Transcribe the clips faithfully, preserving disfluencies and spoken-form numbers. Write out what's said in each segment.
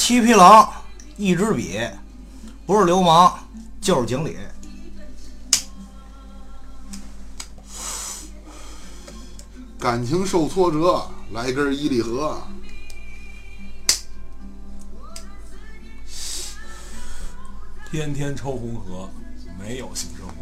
七匹狼，一支笔，不是流氓就是经理。 感情受挫折，来根伊利河。 天天抽红河，没有性生活。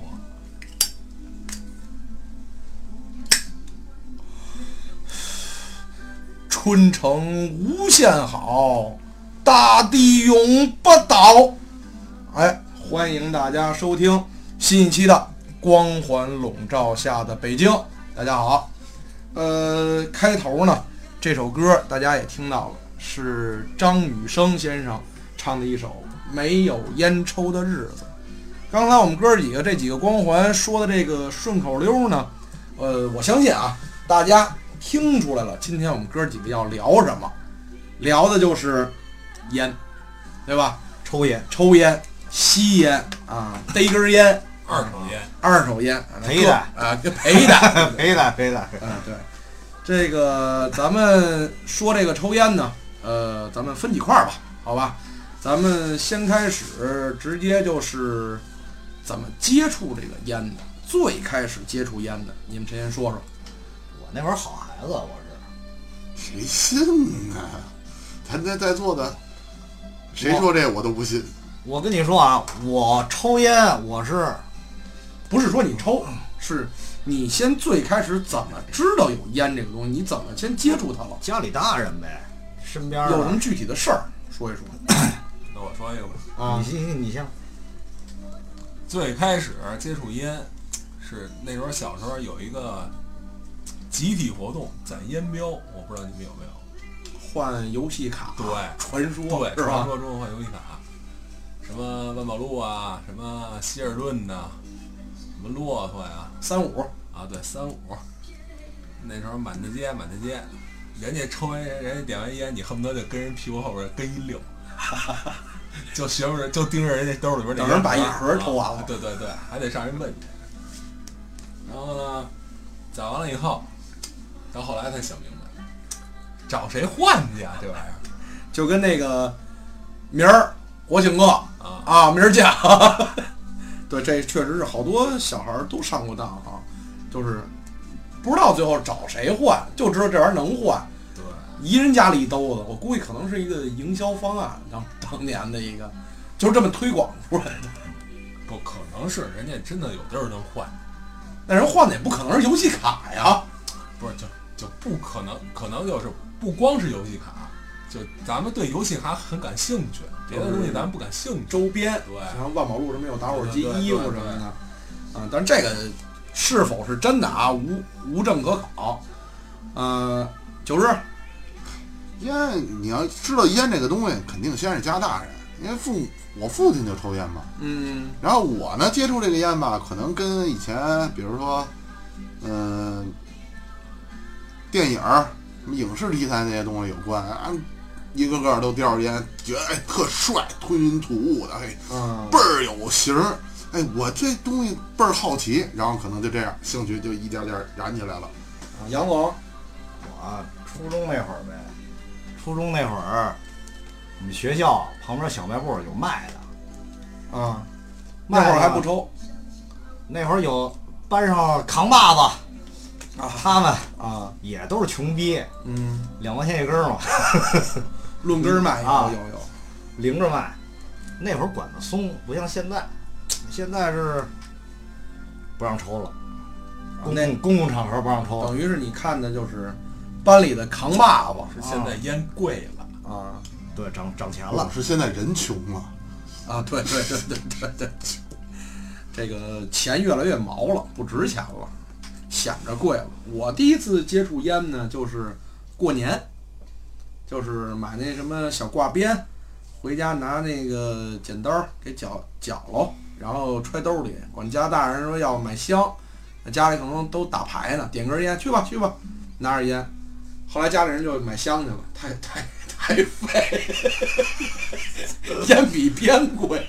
春城无限好，大地永不倒。哎，欢迎大家收听新一期的光环笼罩下的北京。大家好，呃，开头呢，这首歌大家也听到了，是张雨生先生唱的一首《没有烟抽的日子》。刚才我们哥几个这几个光环说的这个顺口溜呢，呃，我相信啊，大家听出来了，今天我们哥几个要聊什么？聊的就是烟，对吧？ 抽烟， 抽烟，吸烟啊，逮根烟， 二手烟， 二手烟， 陪的啊，陪的， 陪的，陪的。 嗯，对，这个咱们说这个抽烟呢，呃，咱们分几块吧，好吧？咱们先开始，直接就是怎么接触这个烟的，最开始接触烟的，你们谁先说说？ 我那会儿好孩子，我是谁信啊？咱在在座的，谁说这我都不信。 我跟你说啊，我抽烟，我是不是说你抽，是你先最开始怎么知道有烟这个东西？你怎么先接触它了？ 家里大人呗，身边有什么具体的事儿说一说？ 那我说一个吧。 啊， 你先，你先。 最开始接触烟，是那时候小时候有一个集体活动，攒烟标，我不知道你们有没有？ 换游戏卡， 对， 传说， 对， 是吧？ 传说中换游戏卡，什么万宝路啊，什么希尔顿呐、啊，什么骆驼呀， 三五啊，对，三五。那时候满大街，满大街，人家抽完人家点完烟，你恨不得就跟人屁股后边跟一溜，就学不着，就盯着人家兜里边那等人把一盒抽完了、 啊。对对对，还得上人问去。然后呢，攒完了以后，到后来才想明白，找谁换去啊？这玩意儿就跟那个明儿我请客啊啊，明儿见。对，这确实是好多小孩都上过当啊，就是不知道最后找谁换，就知道这玩意儿能换。 对， 一人家里一兜子，我估计可能是一个营销方案，当当年的一个，就是这么推广出来的。 不可能是人家真的有地儿能换， 那人换的也不可能是游戏卡呀， 不是就就不可能，可能就是不光是游戏卡，就咱们对游戏卡很感兴趣，别的东西咱们不感兴趣。 周边， 对， 像万宝路什么有打火机、 对对对衣服什么的，啊，但是这个是否是真的啊，无无证可考。呃，九日， 烟，你要知道烟这个东西，肯定先是家大人，因为父我父亲就抽烟嘛。 嗯， 然后我呢接触这个烟吧，可能跟以前比如说，嗯、呃，电影、什么影视题材那些东西有关啊，一个个都叼着烟，觉得哎特帅，吞云吐雾的，哎， 嗯， 倍儿有型儿。哎，我这东西倍儿好奇，然后可能就这样，兴趣就一点点燃起来了。 啊，杨总， 我初中那会儿呗，初中那会儿，我们学校旁边小卖部有卖的， 啊，那会儿还不抽， 那会儿有班上扛把子， 啊， 他们啊， 也都是穷逼， 嗯， 两块钱一根嘛， 论根卖，有啊有有， 零着卖。那会儿管得松，不像现在，现在是不让抽了，公那共公共场合不让抽， 等于是你看的就是班里的扛把子是现在烟贵了啊对，涨涨钱老了。 是现在人穷了， 啊，对对对对对对，这个钱越来越毛了，不值钱了，想着贵了。我第一次接触烟呢，就是过年，就是买那什么小挂鞭，回家拿那个剪刀给绞绞喽，然后揣兜里。管家大人说要买香，家里可能都打牌呢，点根烟去吧去吧，拿着烟。后来家里人就买香去了，太太太费，烟比鞭贵。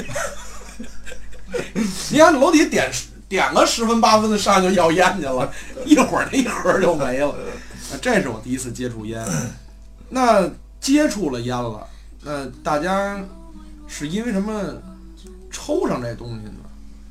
你看楼底点点个十分八分的上就要烟去了，一会儿那一盒就没了。这是我第一次接触烟。那接触了烟了， 那大家是因为什么抽上这东西呢？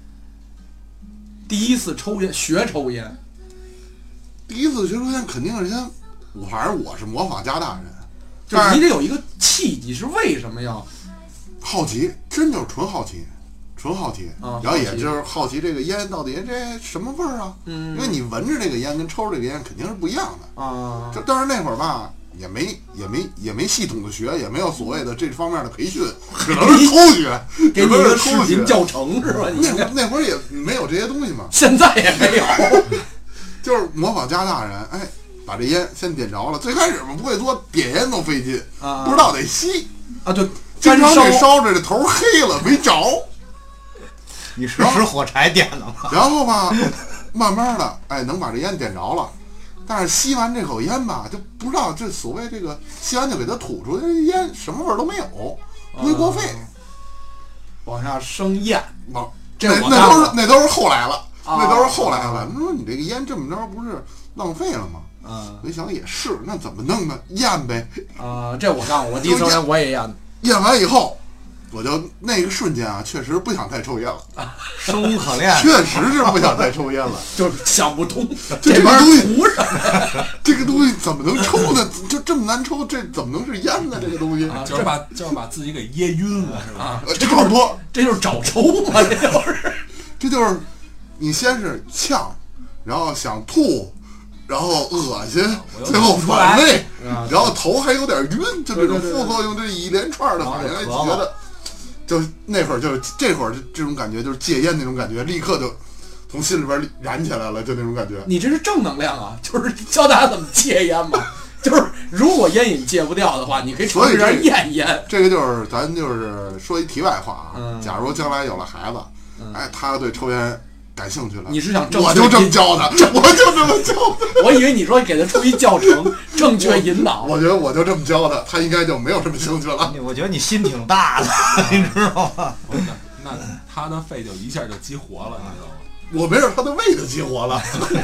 第一次抽烟，学抽烟， 第一次学抽烟肯定是先，我反正我是模仿家大人， 就是你得有一个契机，是为什么要好奇，真就是纯好奇，纯好奇， 啊、 然后也就是好奇这个烟到底这什么味儿啊？ 嗯， 因为你闻着这个烟跟抽着这个烟肯定是不一样的啊。 这当然那会儿吧，也没也没也没系统的学，也没有所谓的这方面的培训，只能是偷学， 给你一个视频教程是吧？ 那会那会儿也没有这些东西嘛， 现在也没有， 就是模仿家大人，哎，把这烟先点着了。最开始嘛不会做，点烟都费劲， 啊、 不知道得吸啊，对， 经常这烧着这头黑了没着。 你是使火柴点的吗？ 然后吧，慢慢的，哎，能把这烟点着了。但是吸完这口烟吧，就不知道这所谓这个吸完就给它吐出来，这烟什么味儿都没有，不会过肺。 嗯、往下生烟， 往这那那都是那都是后来了， 啊、 那都是后来了。你说你这个烟这么着不是浪费了吗？ 嗯， 我一想也是，那怎么弄呢？咽呗。 啊、呃，这我干过，我第一次抽烟我也咽。 咽完以后，我就那个瞬间啊，确实不想再抽烟了。 啊、生无可恋， 确实是不想再抽烟了， 就是想不通， 这个东西图什么？ 这个东西怎么能抽呢？就这么难抽，这怎么能是烟呢？这个东西、 啊、就是把就是把自己给噎晕了，是吧？ 啊， 这差不多， 这就是找抽嘛，这就是， 这就是你先是呛，然后想吐。然后恶心，最后反胃，然后头还有点晕，就这种副作用，这一连串的反应，觉得，就那会儿就这会儿这种感觉，就是戒烟那种感觉，立刻就从心里边燃起来了，就那种感觉。 你这是正能量啊，就是教大家怎么戒烟嘛。就是如果烟瘾戒不掉的话，你可以尝试着验烟。 这个就是咱就是说一题外话啊， 嗯、 假如将来有了孩子， 嗯、 哎，他对抽烟感兴趣了， 你是想正我就这么教他，我就这么教他。 我以为你说给他出一教程，正确引导。 我觉得我就这么教他，他应该就没有什么兴趣了。 我觉得你心挺大的，你知道吗？ 那那他的肺就一下就激活了，你知道吗？ 我没让他的胃就激活了。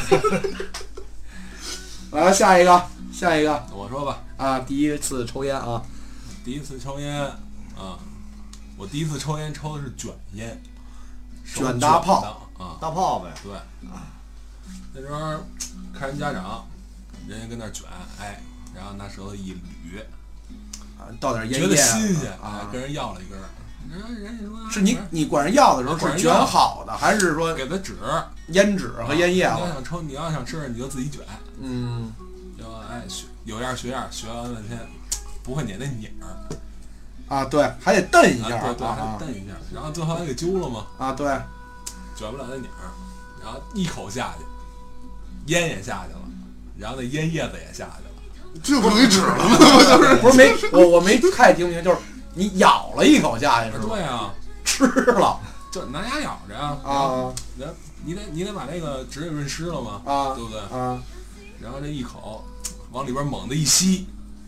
来下一个，下一个， 我说吧。 啊，第一次抽烟啊， 第一次抽烟啊，我第一次抽烟抽的是卷烟， 卷大炮。 啊， 大炮呗， 对，那时候看人家长，人家跟那卷，哎，然后拿舌头一捋， 啊，倒点烟觉得新鲜啊， 跟人要了一根儿。人家说是你你管人要的时候是卷好的，还是说给他纸、 烟纸和烟叶子？ 你要想抽，你要想吃，你就自己卷。 嗯， 就哎学有样学样，学完半天不会捻那捻儿。 啊，对，还得蹬一下， 对对，还得蹬一下，然后最后还给揪了嘛。 啊，对。 卷不了那捻儿，然后一口下去，烟也下去了，然后那烟叶子也下去了， 就剩一纸了吗？就是不是没我我没太听明，就是你咬了一口下去是吧？ 对啊， 吃了， 就拿牙咬着啊。 啊， 然后你得你得把那个纸给润湿了嘛， 啊， 对不对？ 啊， 然后这一口往里边猛地一吸，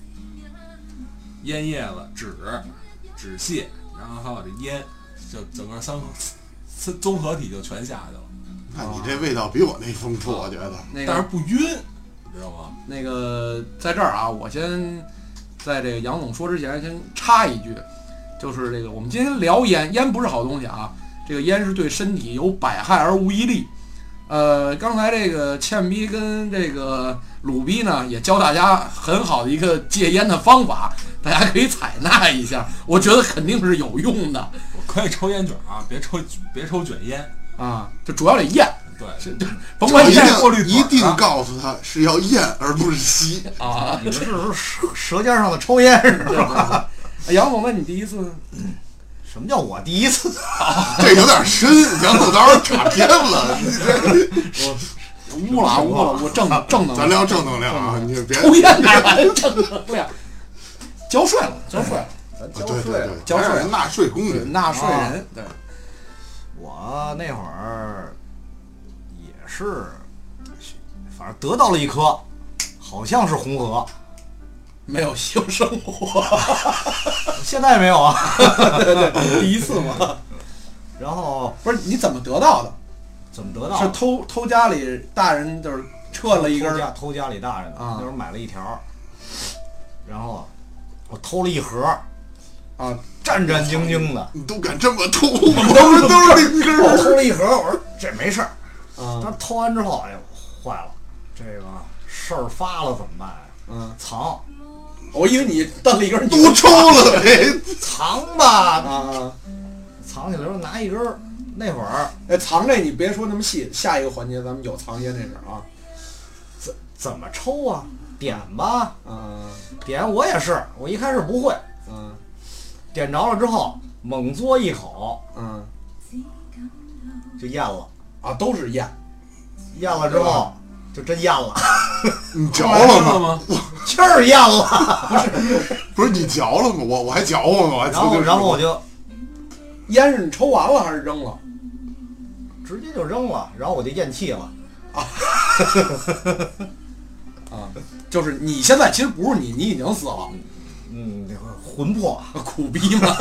烟叶子、纸、纸屑，然后还有这烟，就整个三次综合体就全下去了。 那你这味道比我那丰富，我觉得。 那个、 但是不晕，你知道吗？ 那个在这儿啊，我先在这个杨总说之前，先插一句，就是这个我们今天聊烟，烟不是好东西啊，这个烟是对身体有百害而无一利。呃，刚才这个倩逼跟这个鲁逼呢，也教大家很好的一个戒烟的方法，大家可以采纳一下，我觉得肯定是有用的。 我可以抽烟卷啊，别抽别抽卷烟啊，就主要得咽。 对， 就甭管你一过滤定一定告诉他是要咽而不是吸啊！ 你这是舌舌尖上的抽烟是吧？ 杨总，那你第一次？ 什么叫我第一次？ 这有点深，杨总当时岔偏了。 我污了啊，污了！我正正能量， 咱聊正能量啊！你别抽烟哪来正能量？交税了，交税了， 咱交税了， 交税， 纳税工人， 纳税人。对， 我那会儿也是，反正得到了一颗，好像是红河。 没有性生活， 现在没有啊。 对对，第一次嘛。 然后不是你怎么得到的？ 怎么得到？ 是偷偷家里大人就是撤了一根， 偷家偷家里大人的， 啊、 那时候买了一条，然后我偷了一盒， 啊， 战战兢兢的。 你都敢这么偷，都是都是那根我儿。 偷了一盒，我说这没事儿。 啊但偷完之后，哎呦，坏了，这个事儿发了怎么办呀？ 嗯， 藏， 我以为你蹬了一根， 都抽了，哎， 藏吧， 啊， 藏起来时候拿一根儿。那会儿哎，藏这你别说那么细，下一个环节咱们有藏烟这事啊。 怎怎么抽啊？点吧， 嗯点我也是，我一开始不会， 嗯点着了之后猛嘬一口嗯就咽了， 啊，都是烟， 咽了之后就真咽了， 你嚼了吗？ 吗？ 气儿咽了。 不是你嚼了吗？我我还嚼过呢，我还然后然后我就烟是你抽完了还是扔了？ 直接就扔了，然后我就咽气了。 啊，就是你现在其实不是你，你已经死了， 嗯，魂魄。 苦逼嘛。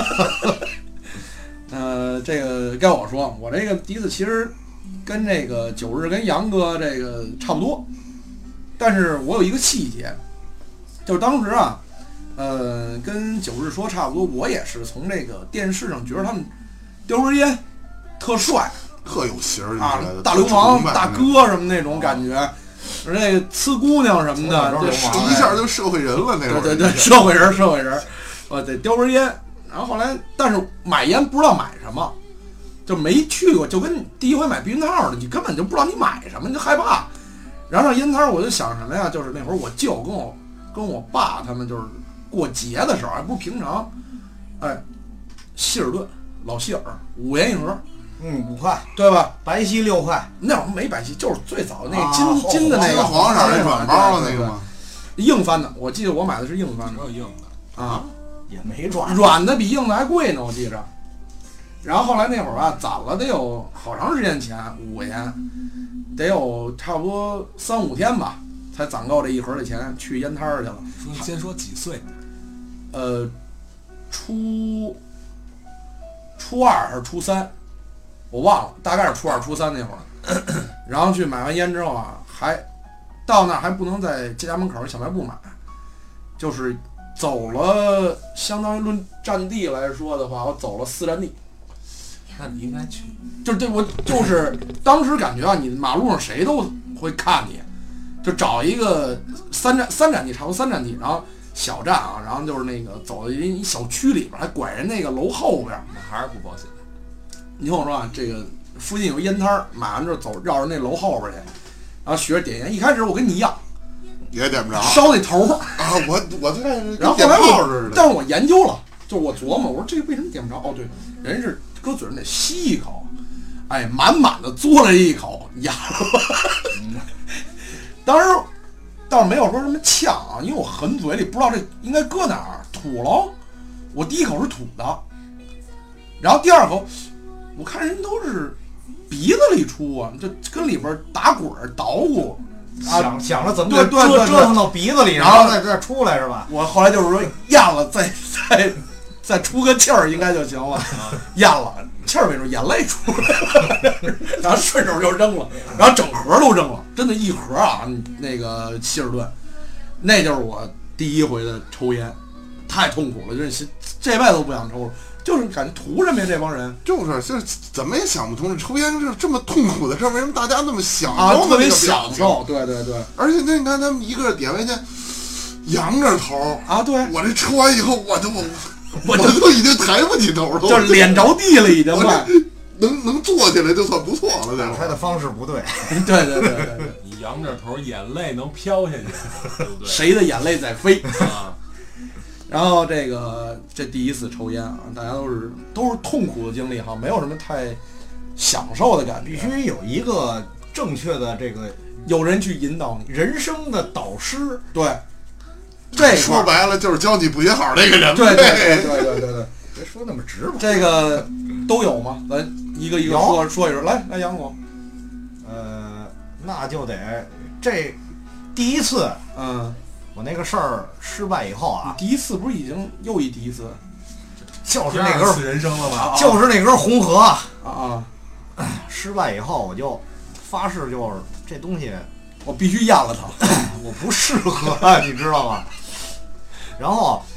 呃，这个该我说，我这个第一次其实跟这个九日跟杨哥这个差不多，但是我有一个细节，就是当时啊，呃，跟九日说差不多，我也是从这个电视上觉得他们叼根烟特帅特有型儿啊你觉得， 大流氓、 特崇拜大哥什么那种感觉，这个呲姑娘什么的， 从小都这是流氓一下就社会人了那会儿。 对对对，社会人，社会人，我得叼根烟。然后后来，但是买烟不知道买什么，就没去过，就跟你第一回买避孕套的，你根本就不知道你买什么，你就害怕。然后上烟摊，我就想什么呀？就是那会儿我舅跟我跟我爸他们就是过节的时候，还不是平常，哎，希尔顿老希尔五元一盒， 嗯，五块， 对吧？ 白皙六块， 那会儿没百皙，就是最早那个金、 啊金的那个金黄色那软包的那个吗？ 吗？ 硬翻的，我记得我买的是硬翻的没有硬的， 啊。 也没转。 软的比硬的还贵呢，我记着。然后后来那会儿啊，攒了得有好长时间钱，五块钱，得有差不多三五天吧，才攒够这一盒的钱去烟摊儿去了。 说先说几岁？ 呃，初初二还是初三，我忘了，大概是初二初三那会儿。然后去买完烟之后啊，还到那儿还不能在家门口小卖部买，就是走了，相当于论占地来说的话，我走了四站地。 那你应该去。 就是对我就是当时感觉啊，你马路上谁都会看你，就找一个三站三站地，差不多三站地，然后小站啊，然后就是那个走到一小区里边，还拐人那个楼后边。 那还是不保险。 你听我说啊，这个附近有烟摊儿，买完之后走绕着那楼后边去，然后学着点烟。一开始我跟你一样， 也点不着烧那头儿。 啊！我我这然后后点来我炮似，的。 但是我研究了，就是我琢磨，我说这个为什么点不着？哦，对，人是搁嘴上得吸一口，哎，满满的嘬了一口，哑了。当时倒是没有说什么呛啊，因为我含嘴里不知道这应该搁哪儿，吐了。我第一口是吐的，然后第二口，我看人都是鼻子里出啊，就跟里边打滚儿捣鼓。啊想想着怎么对给折对对对折腾到鼻子里，然然后后再再出来是吧？ 我后来就是说咽了，再再再出个气儿应该就行了。咽了，气儿没出，眼泪出来了，然后顺手就扔了，然后整盒都扔了，真的一盒啊，那个希尔顿，那就是我第一回的抽烟，太痛苦了，就是这辈子都不想抽了，就是感觉图什么呀这帮人就是就是怎么也想不通，这抽烟是这么痛苦的事儿，为什么大家那么享啊， 受？ 特别享受，对对对， 而且那你看他们一个点完烟，仰着头啊对， 我这抽完以后，我都我我我都已经抬不起头了， 就是脸着地了已经我快， 这能能坐起来就算不错了，这他的方式不对， 对对对对对， 你仰着头，眼泪能飘下去，对不对？ 谁的眼泪在飞？ 啊？ 然后这个这第一次抽烟啊，大家都是都是痛苦的经历哈，没有什么太享受的感觉。 必须有一个正确的这个有人去引导你， 人生的导师。 对，这说白了就是教你不学好那个人。 对对对对对对对， 别说那么直吧。 这个都有吗？咱一个一个说说一说，来来杨总， 呃，那就得这第一次， 嗯， 我那个事儿失败以后你啊， 第一次不是已经又一第一次就是那根第二次人生了吧？ 就是那根红河啊啊？ 失败以后，我就发誓，就是这东西我必须咽了它。 我不适合，你知道吗？然后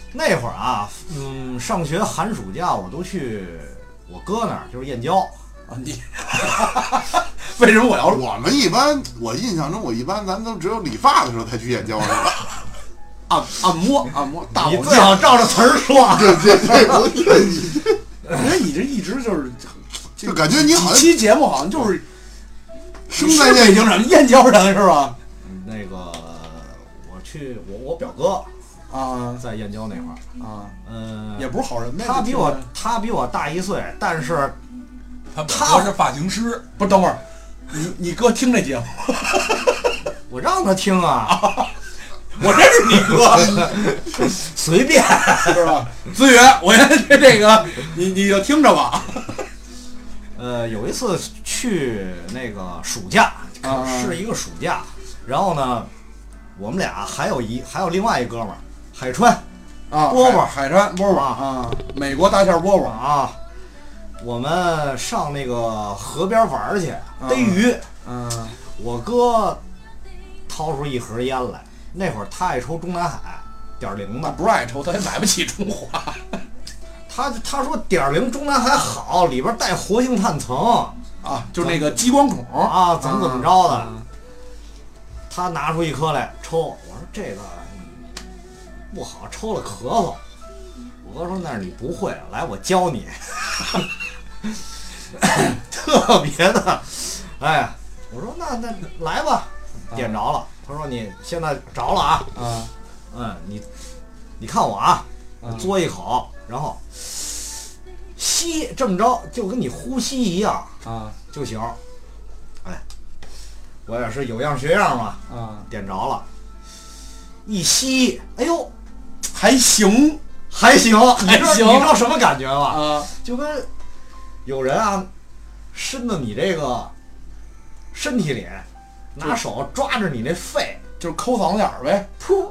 那会儿啊，嗯，上学寒暑假我都去我哥那儿，就是燕郊啊。你为什么我要？ 我们一般，我印象中我一般咱都只有理发的时候才去燕郊是吧？ 按按摩按摩大保健， 你最好照着词儿说。 对对对，我你， 那你这一直就是， 就感觉你好像几期节目好像就是生在北京人、燕郊人是吧？ 那个我去我我表哥啊， 在燕郊那块儿啊， 嗯， 也不是好人呗。 他比我他比我大一岁，但是他他是发型师。 不是，等会儿，你你哥听这节目， 我让他听啊。 我认识你哥， 随便是吧？资源，我先这个，你你就听着吧。 呃，有一次去那个暑假， 啊、 是一个暑假，然后呢，我们俩还有一还有另外一哥们儿，海川啊， 饽饽海川饽饽啊，美国大馅饽饽啊，我们上那个河边玩去逮鱼， 嗯、啊， 我哥掏出一盒烟来。那会儿他爱抽中南海点零的， 不是爱抽，他也买不起中华。 他他说点零中南海好，里边带活性炭层啊，就是那个激光孔啊，怎么怎么着的。 啊、 他拿出一颗来抽，我说这个不好，抽了咳嗽。我哥说那是你不会，来我教你。特别的，哎，我说那那来吧，点着了。他说你现在着了啊， 啊， 嗯，你你看我啊，嘬一口，然后吸，这么着就跟你呼吸一样啊就行。哎，我也是有样学样嘛， 啊， 点着了，一吸，哎呦， 还行， 还行， 还行， 你知道什么感觉吗？ 啊， 就跟有人啊伸到你这个身体里。拿手抓着你那肺， 就是抠嗓子眼儿呗， 噗！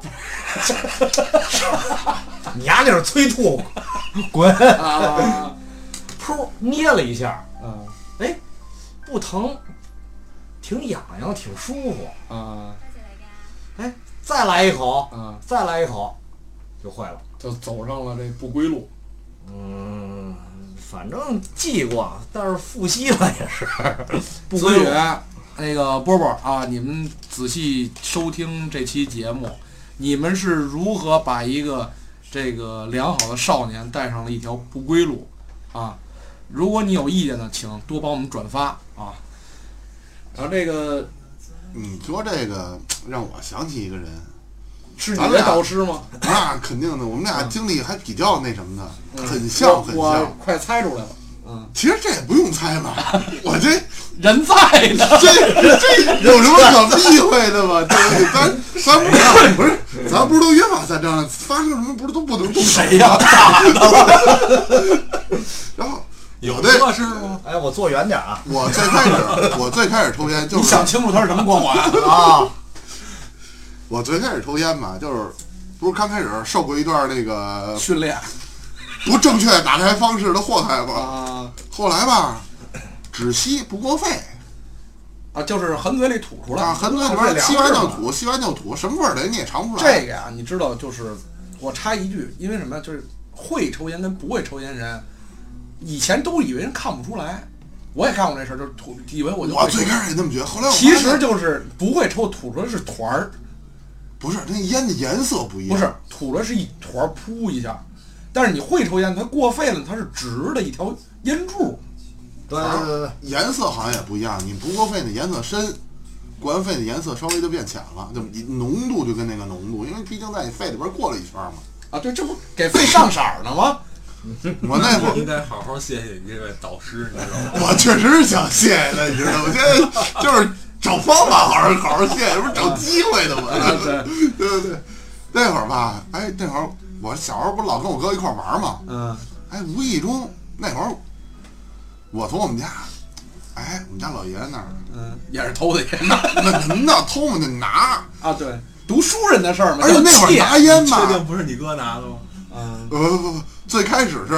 你丫那是催吐，滚！ 啊！ 噗，捏了一下， 嗯， 哎，不疼，挺痒痒，挺舒服啊！ 哎，再来一口， 啊， 再来一口，就会了， 就走上了这不归路。 嗯，反正记过，但是复习了也是不归路。那个波波啊，你们仔细收听这期节目，你们是如何把一个这个良好的少年带上了一条不归路啊？如果你有意见呢，请多帮我们转发啊。然后这个， 你说这个让我想起一个人， 是你的导师吗？ 那肯定的，我们俩经历还比较那什么的， 嗯、 很像很像。 我快猜出来了。嗯， 其实这也不用猜吧，我这人在呢， 这这有什么可避讳的吗？对不对？咱咱不是不是，咱不是都约法三章了，发生什么不是都不能动手？ 谁呀？打的了。 然后有这事吗？ 哎，我坐远点啊！ 我最开始我最开始抽烟就是你想清楚它是什么光环啊？ 我最开始抽烟嘛，就是不是刚开始受过一段那个训练。 不正确打开方式的祸害吧、 啊， 后来吧，只吸不过肺， 啊，就是含嘴里吐出来， 啊，含嘴里边吸完就吐，吸完就吐，什么味儿的你也尝不出来。这个呀，你知道，就是我插一句，因为什么呀？就是会抽烟跟不会抽烟人，以前都以为人看不出来，我也干过这事儿，就是吐，以为我就我最开始也那么觉得，后来我其实就是不会抽，吐出来是团儿， 不是那烟的颜色不一样， 不是吐出来是一团噗一下。但是你会抽烟，它过肺了，它是直的一条烟柱。 对对对对， 颜色好像也不一样。你不过肺的颜色深，过完肺的颜色稍微就变浅了，就浓度就跟那个浓度，因为毕竟在你肺里边过了一圈嘛。 啊，对，这不给肺上色呢吗？ 我那会儿应该好好谢谢你这位导师，你知道吗？ 我确实是想谢谢他，你知道吗？我现在就是找方法好好好好谢谢，不是找机会的吗？对对对，那会儿吧，哎，那会儿。我小时候不老跟我哥一块玩嘛， 嗯， 哎，无意中那会儿，我从我们家，哎，我们家老爷那儿， 嗯，也是偷的烟， 那那那偷嘛就拿啊，对，读书人的事儿嘛， 而且那会儿拿烟嘛， 确定不是你哥拿的吗？ 嗯， 不不不不，最开始是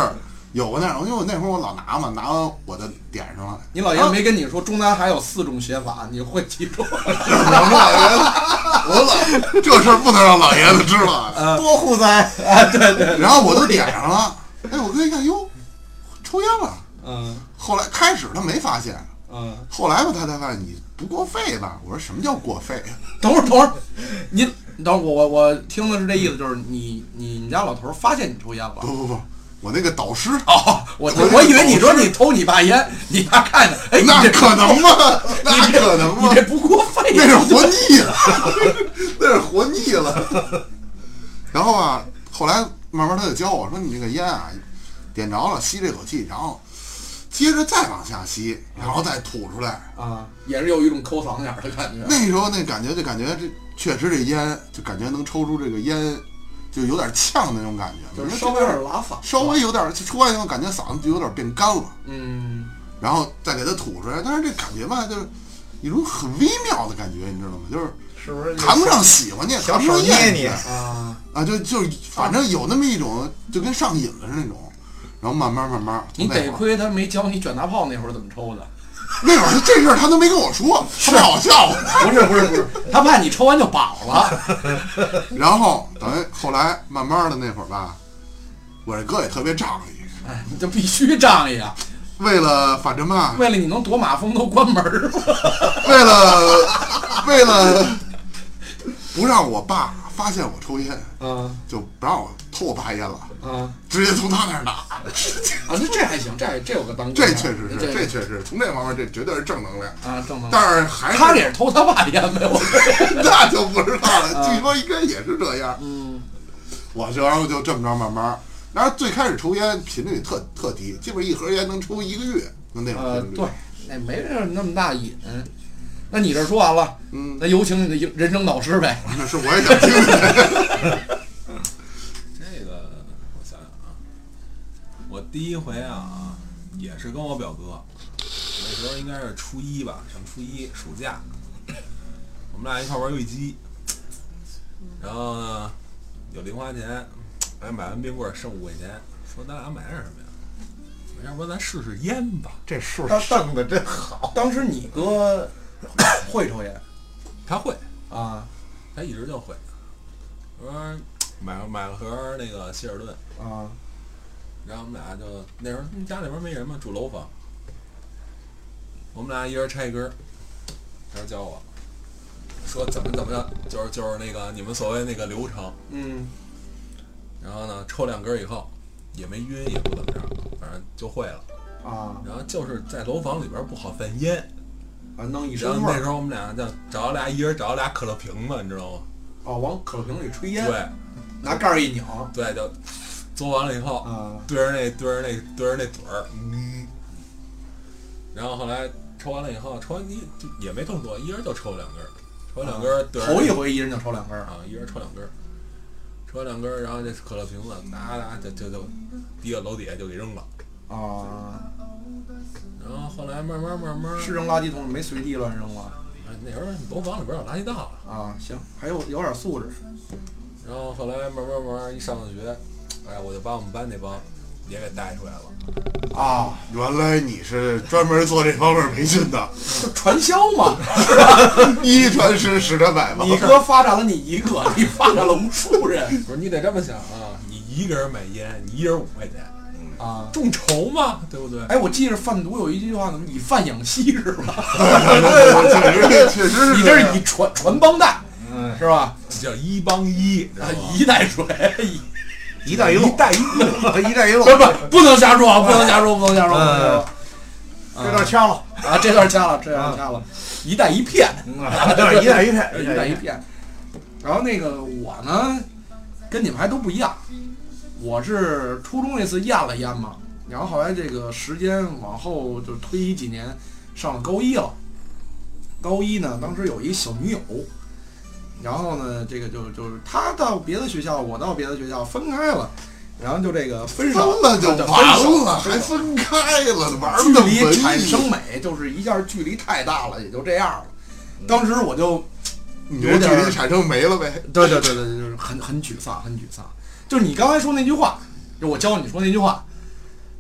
有过那种，因为我那会儿我老拿嘛，拿完我就点上了。 你老爷子没跟你说中南还有四种写法，你会记住？ 我老爷子，我老这事儿不能让老爷子知道， 多护灾啊！对对。 然后我就点上了，哎，我哥一看，哟，抽烟了。 嗯。 后来开始他没发现， 嗯。 后来吧，他才发现你不过肺吧？我说什么叫过肺？ 等会儿，等会儿，你等会儿，我我我听的是这意思，就是你你你家老头发现你抽烟了？ 不不不。我那个导师哦，我我以为你说你偷你爸烟，你爸看着，哎， 那可能吗？那可能吗？ 你这不过肺， 那是活腻了，那是活腻了。然后啊，后来慢慢他就教我说，你这个烟啊，点着了，吸这口气，然后接着再往下吸，然后再吐出来啊，也是有一种抠嗓子眼的感觉。 那时候那感觉就感觉这确实这烟就感觉能抽出这个烟。就有点呛的那种感觉， 就是稍微有点拉嗓， 稍微有点抽完以后感觉嗓子就有点变干了， 嗯， 然后再给它吐出来，但是这感觉吧，就是一种很微妙的感觉，你知道吗？就是是不是谈不上喜欢你，也谈不上厌你啊啊，就就反正有那么一种就跟上瘾了似的那种，然后慢慢慢慢， 你得亏他没教你卷大炮那会儿怎么抽的。 那会儿这事儿他都没跟我说，他怕我笑话。 不是不是不是，他怕你抽完就饱了。 然后等于后来慢慢的那会儿吧，我这哥也特别仗义， 哎，你就必须仗义啊！ 为了反正吧， 为了你能躲马蜂都关门儿。 为了为了不让我爸发现我抽烟， 嗯， 就不让我偷我爸烟了， 嗯， 直接从他那儿拿。 啊，这这还行，这这有个当。 这确实是，这确实从这方面这绝对是正能量啊，正能量。 但是还是他也是偷他爸烟呗，我那就不知道了。据说应该也是这样。 嗯， 我就然后就这么着慢慢，然后最开始抽烟频率特特低，基本一盒烟能抽一个月，就那种呃， 频率。 对，那没那么大瘾。那你这说完了， 嗯， 那有请你的人生导师呗。 那是我也想听听。 这个我想想啊，我第一回啊，也是跟我表哥，那时候应该是初一吧，上初一暑假，我们俩一块玩游戏机，然后呢有零花钱，哎，买完冰棍剩五块钱，说咱俩买点什么呀？要不然咱试试烟吧。 这数剩的真好。 当时你哥会抽烟， 他会啊， 他一直就会。我说买买了盒那个希尔顿啊， 然后我们俩就那时候家里边没人嘛，住楼房，我们俩一人拆一根，他说教我说怎么怎么样，就是就是那个你们所谓那个流程， 嗯， 然后呢抽两根以后也没晕也不怎么着，反正就会了啊。 然后就是在楼房里边不好犯烟， 啊，弄一身然后味儿。 那时候我们俩就找俩一人找俩可乐瓶子，你知道吗？ 哦，往可乐瓶里吹烟， 对， 拿盖儿一拧， 对，就做完了以后， 啊， 对着那对着那对着那嘴儿，嗯，然后后来抽完了以后，抽完一就也没动作，一人就抽两根儿，抽两根儿，对着头一回一人就抽两根儿啊，一人抽两根儿，抽完两根儿，然后这可乐瓶子哒哒就就就滴到楼底下就给扔了， 啊。 然后后来慢慢慢慢是扔垃圾桶，没随地乱扔了。 哎那时候楼房里边有垃圾道啊，行，还有有点素质。 然后后来慢慢慢慢一上了学，哎，我就把我们班那帮也给带出来了。 啊，原来你是专门做这方面培训的， 就传销嘛， 一传十，十传百嘛。 你哥发展了你一个，你发展了无数人。 不是你得这么想啊，你一个人买烟，你一人五块钱。 啊， 众筹嘛，对不对？ 哎，我记着贩毒有一句话，怎么以贩养吸是吧？ 确实确实是， 你这是以传传帮带，嗯，是吧？ 这叫一帮一， 啊，一带水， 一带一路， 一带一路， 一带一路， 不不，不能瞎说啊，不能瞎说，不能瞎说，不能瞎说。 这段掐了啊，这段掐了，这段掐了，一带一片， 对，一带一片， 一带一片。然后那个我呢，跟你们还都不一样。我是初中那次验了烟嘛，然后后来这个时间往后就推移几年，上了高一了。高一呢，当时有一小女友，然后呢，这个就就是她到别的学校，我到别的学校，分开了，然后就这个分手分了就完了，还分开了，玩的距离产生美，就是一下距离太大了，也就这样了。当时我就有点距离产生没了呗。 对对对对，就是很很沮丧，很沮丧。就是你刚才说那句话，就我教你说那句话，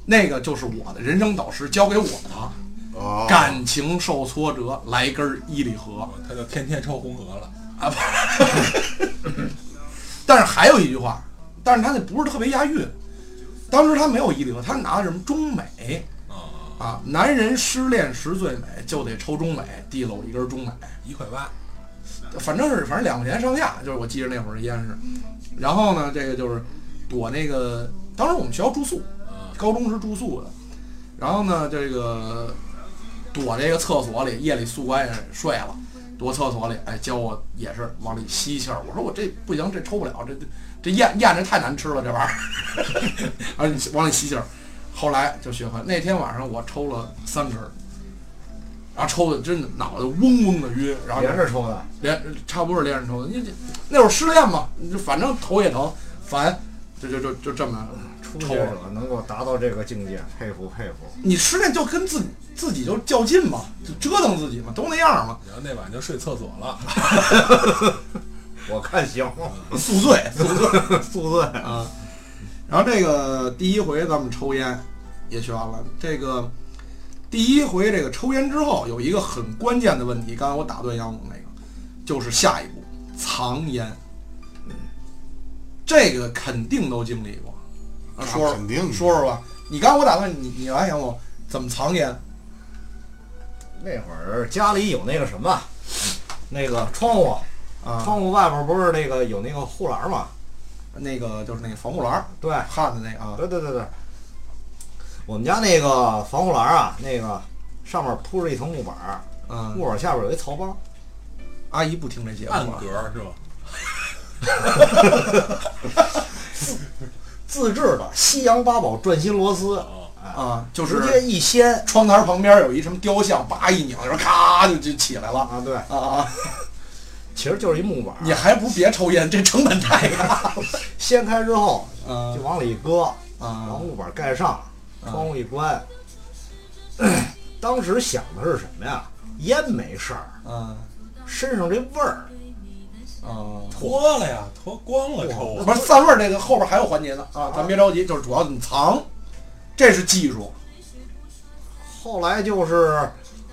那个就是我的人生导师教给我的。 哦， 感情受挫折，来根伊利河， 他就天天抽红河了啊！但是还有一句话，但是他那不是特别押韵。当时他没有伊利河，他拿的什么中美啊？男人失恋时最美，就得抽中美，递了我一根中美， 一块八， 反正是反正两块钱上下，就是我记着那会儿烟是。然后呢，这个就是躲那个，当时我们学校住宿，高中是住宿的，然后呢，这个。躲这个厕所里，夜里宿管也睡了，躲厕所里，哎，教我也是往里吸气儿。我说我这不行，这抽不了，这这咽咽着太难吃了，这玩意儿。然后你往里吸气儿，后来就学会。那天晚上我抽了三根，然后抽的真的脑袋嗡嗡的晕，然后连着抽的， 连差不多是连着抽的。你这那会儿失恋嘛，你就反正头也疼，烦，就就就就这么。 初学者能够达到这个境界，佩服佩服。 你失恋就跟自己自己就较劲嘛，就折腾自己嘛，都那样嘛。 然后那晚就睡厕所了。 我看行， 宿醉，宿醉， 宿醉啊。然后这个第一回咱们抽烟也学完了，这个第一回这个抽烟之后有一个很关键的问题，刚才我打断杨总那个，就是下一步藏烟，这个肯定都经历过。啊、说肯定说说吧，你刚才我打算你你来杨总怎么藏烟？ 那会儿家里有那个什么，那个窗户， 啊， 窗户外边不是那个有那个护栏吗？ 那个就是那个防护栏， 对， 焊的那个啊， 对对对对。我们家那个防护栏啊，那个上面铺着一层木板，嗯，木板下边有一槽帮。 阿姨不听这节目， 暗格是吧？ 自制的西洋八宝转心螺丝、 哦、 啊，就是直接一掀， 窗台旁边有一什么雕像，叭一拧，然后咔就就起来了啊！对啊啊， 其实就是一木板。 你还不别抽烟，这成本太大了。 掀开之后， 嗯， 就往里搁， 啊， 然后木板盖上，窗户一关。当时想的是什么呀？烟没事儿， 嗯， 身上这味儿。 啊， 脱了呀，脱光了抽， 不是散味儿，这个后边还有环节呢啊，咱别着急，就是主要你藏，这是技术。 后来就是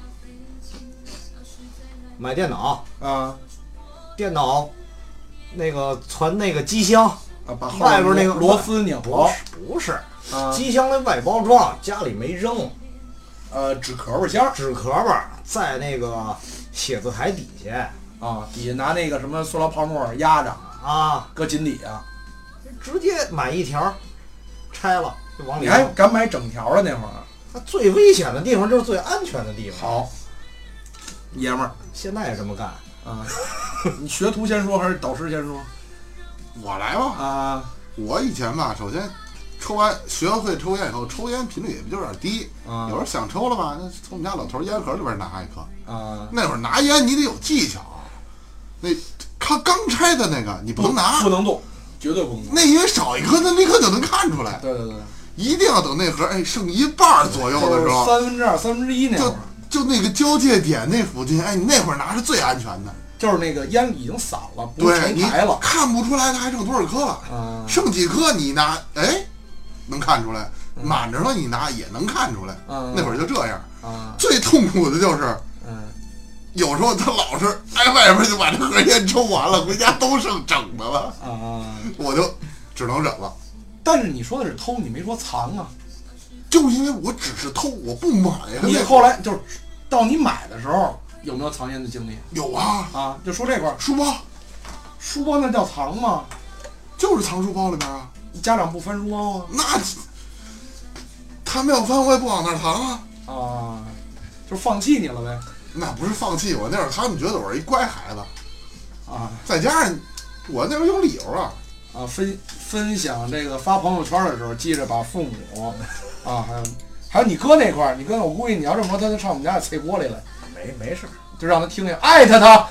买电脑啊， 电脑那个传那个机箱啊，把外边那个螺丝拧不是不是， 啊， 机箱那外包装家里没扔， 呃，纸壳儿箱， 纸壳儿在那个写字台底下。 啊，底下拿那个什么塑料泡沫压着啊， 搁井底下， 直接买一条，拆了就往里。 你还敢买整条的那会儿？ 它最危险的地方就是最安全的地方。 好，爷们儿， 现在也这么干啊。你学徒先说还是导师先说？ 我来吧。 啊， 我以前吧，首先抽完学会抽烟以后，抽烟频率也就有点低。 啊， 有时候想抽了吧，那从我们家老头烟盒里边拿一颗。 啊， 那会儿拿烟你得有技巧。那他刚拆的那个你不能拿， 不能动，绝对不能动。 那因为少一颗，那立刻就能看出来。 对对对， 一定要等那盒哎剩一半左右的时候， 三分之二、三分之一那会儿， 就就那个交界点那附近，哎，你那会儿拿是最安全的。 就是那个烟已经散了，不对， 成排了， 看不出来它还剩多少颗了。 啊， 剩几颗你拿，哎，能看出来；满着了你拿也能看出来。 嗯， 那会儿就这样。 啊， 最痛苦的就是。 嗯， 有时候他老是挨外边就把这盒烟抽完了，回家都剩整的了， 啊， 我就只能忍了。 但是你说的是偷，你没说藏啊？ 就因为我只是偷，我不买呀。 你后来就是到你买的时候，有没有藏烟的经历？ 有啊啊，就说这块儿， 书包， 书包那叫藏吗？ 就是藏书包里面啊。 家长不翻书包啊？ 那他们要翻，我也不往那儿藏啊。 啊，就是放弃你了呗。 那不是放弃我，那会儿他们觉得我是一乖孩子， 啊， 再加上我那会儿有理由啊。 啊，分分享这个发朋友圈的时候，记着把父母啊，还有还有你哥那块儿，你哥我估计你要这么说，他就上我们家啐锅里来。 没没事， 就让他听听，艾特他，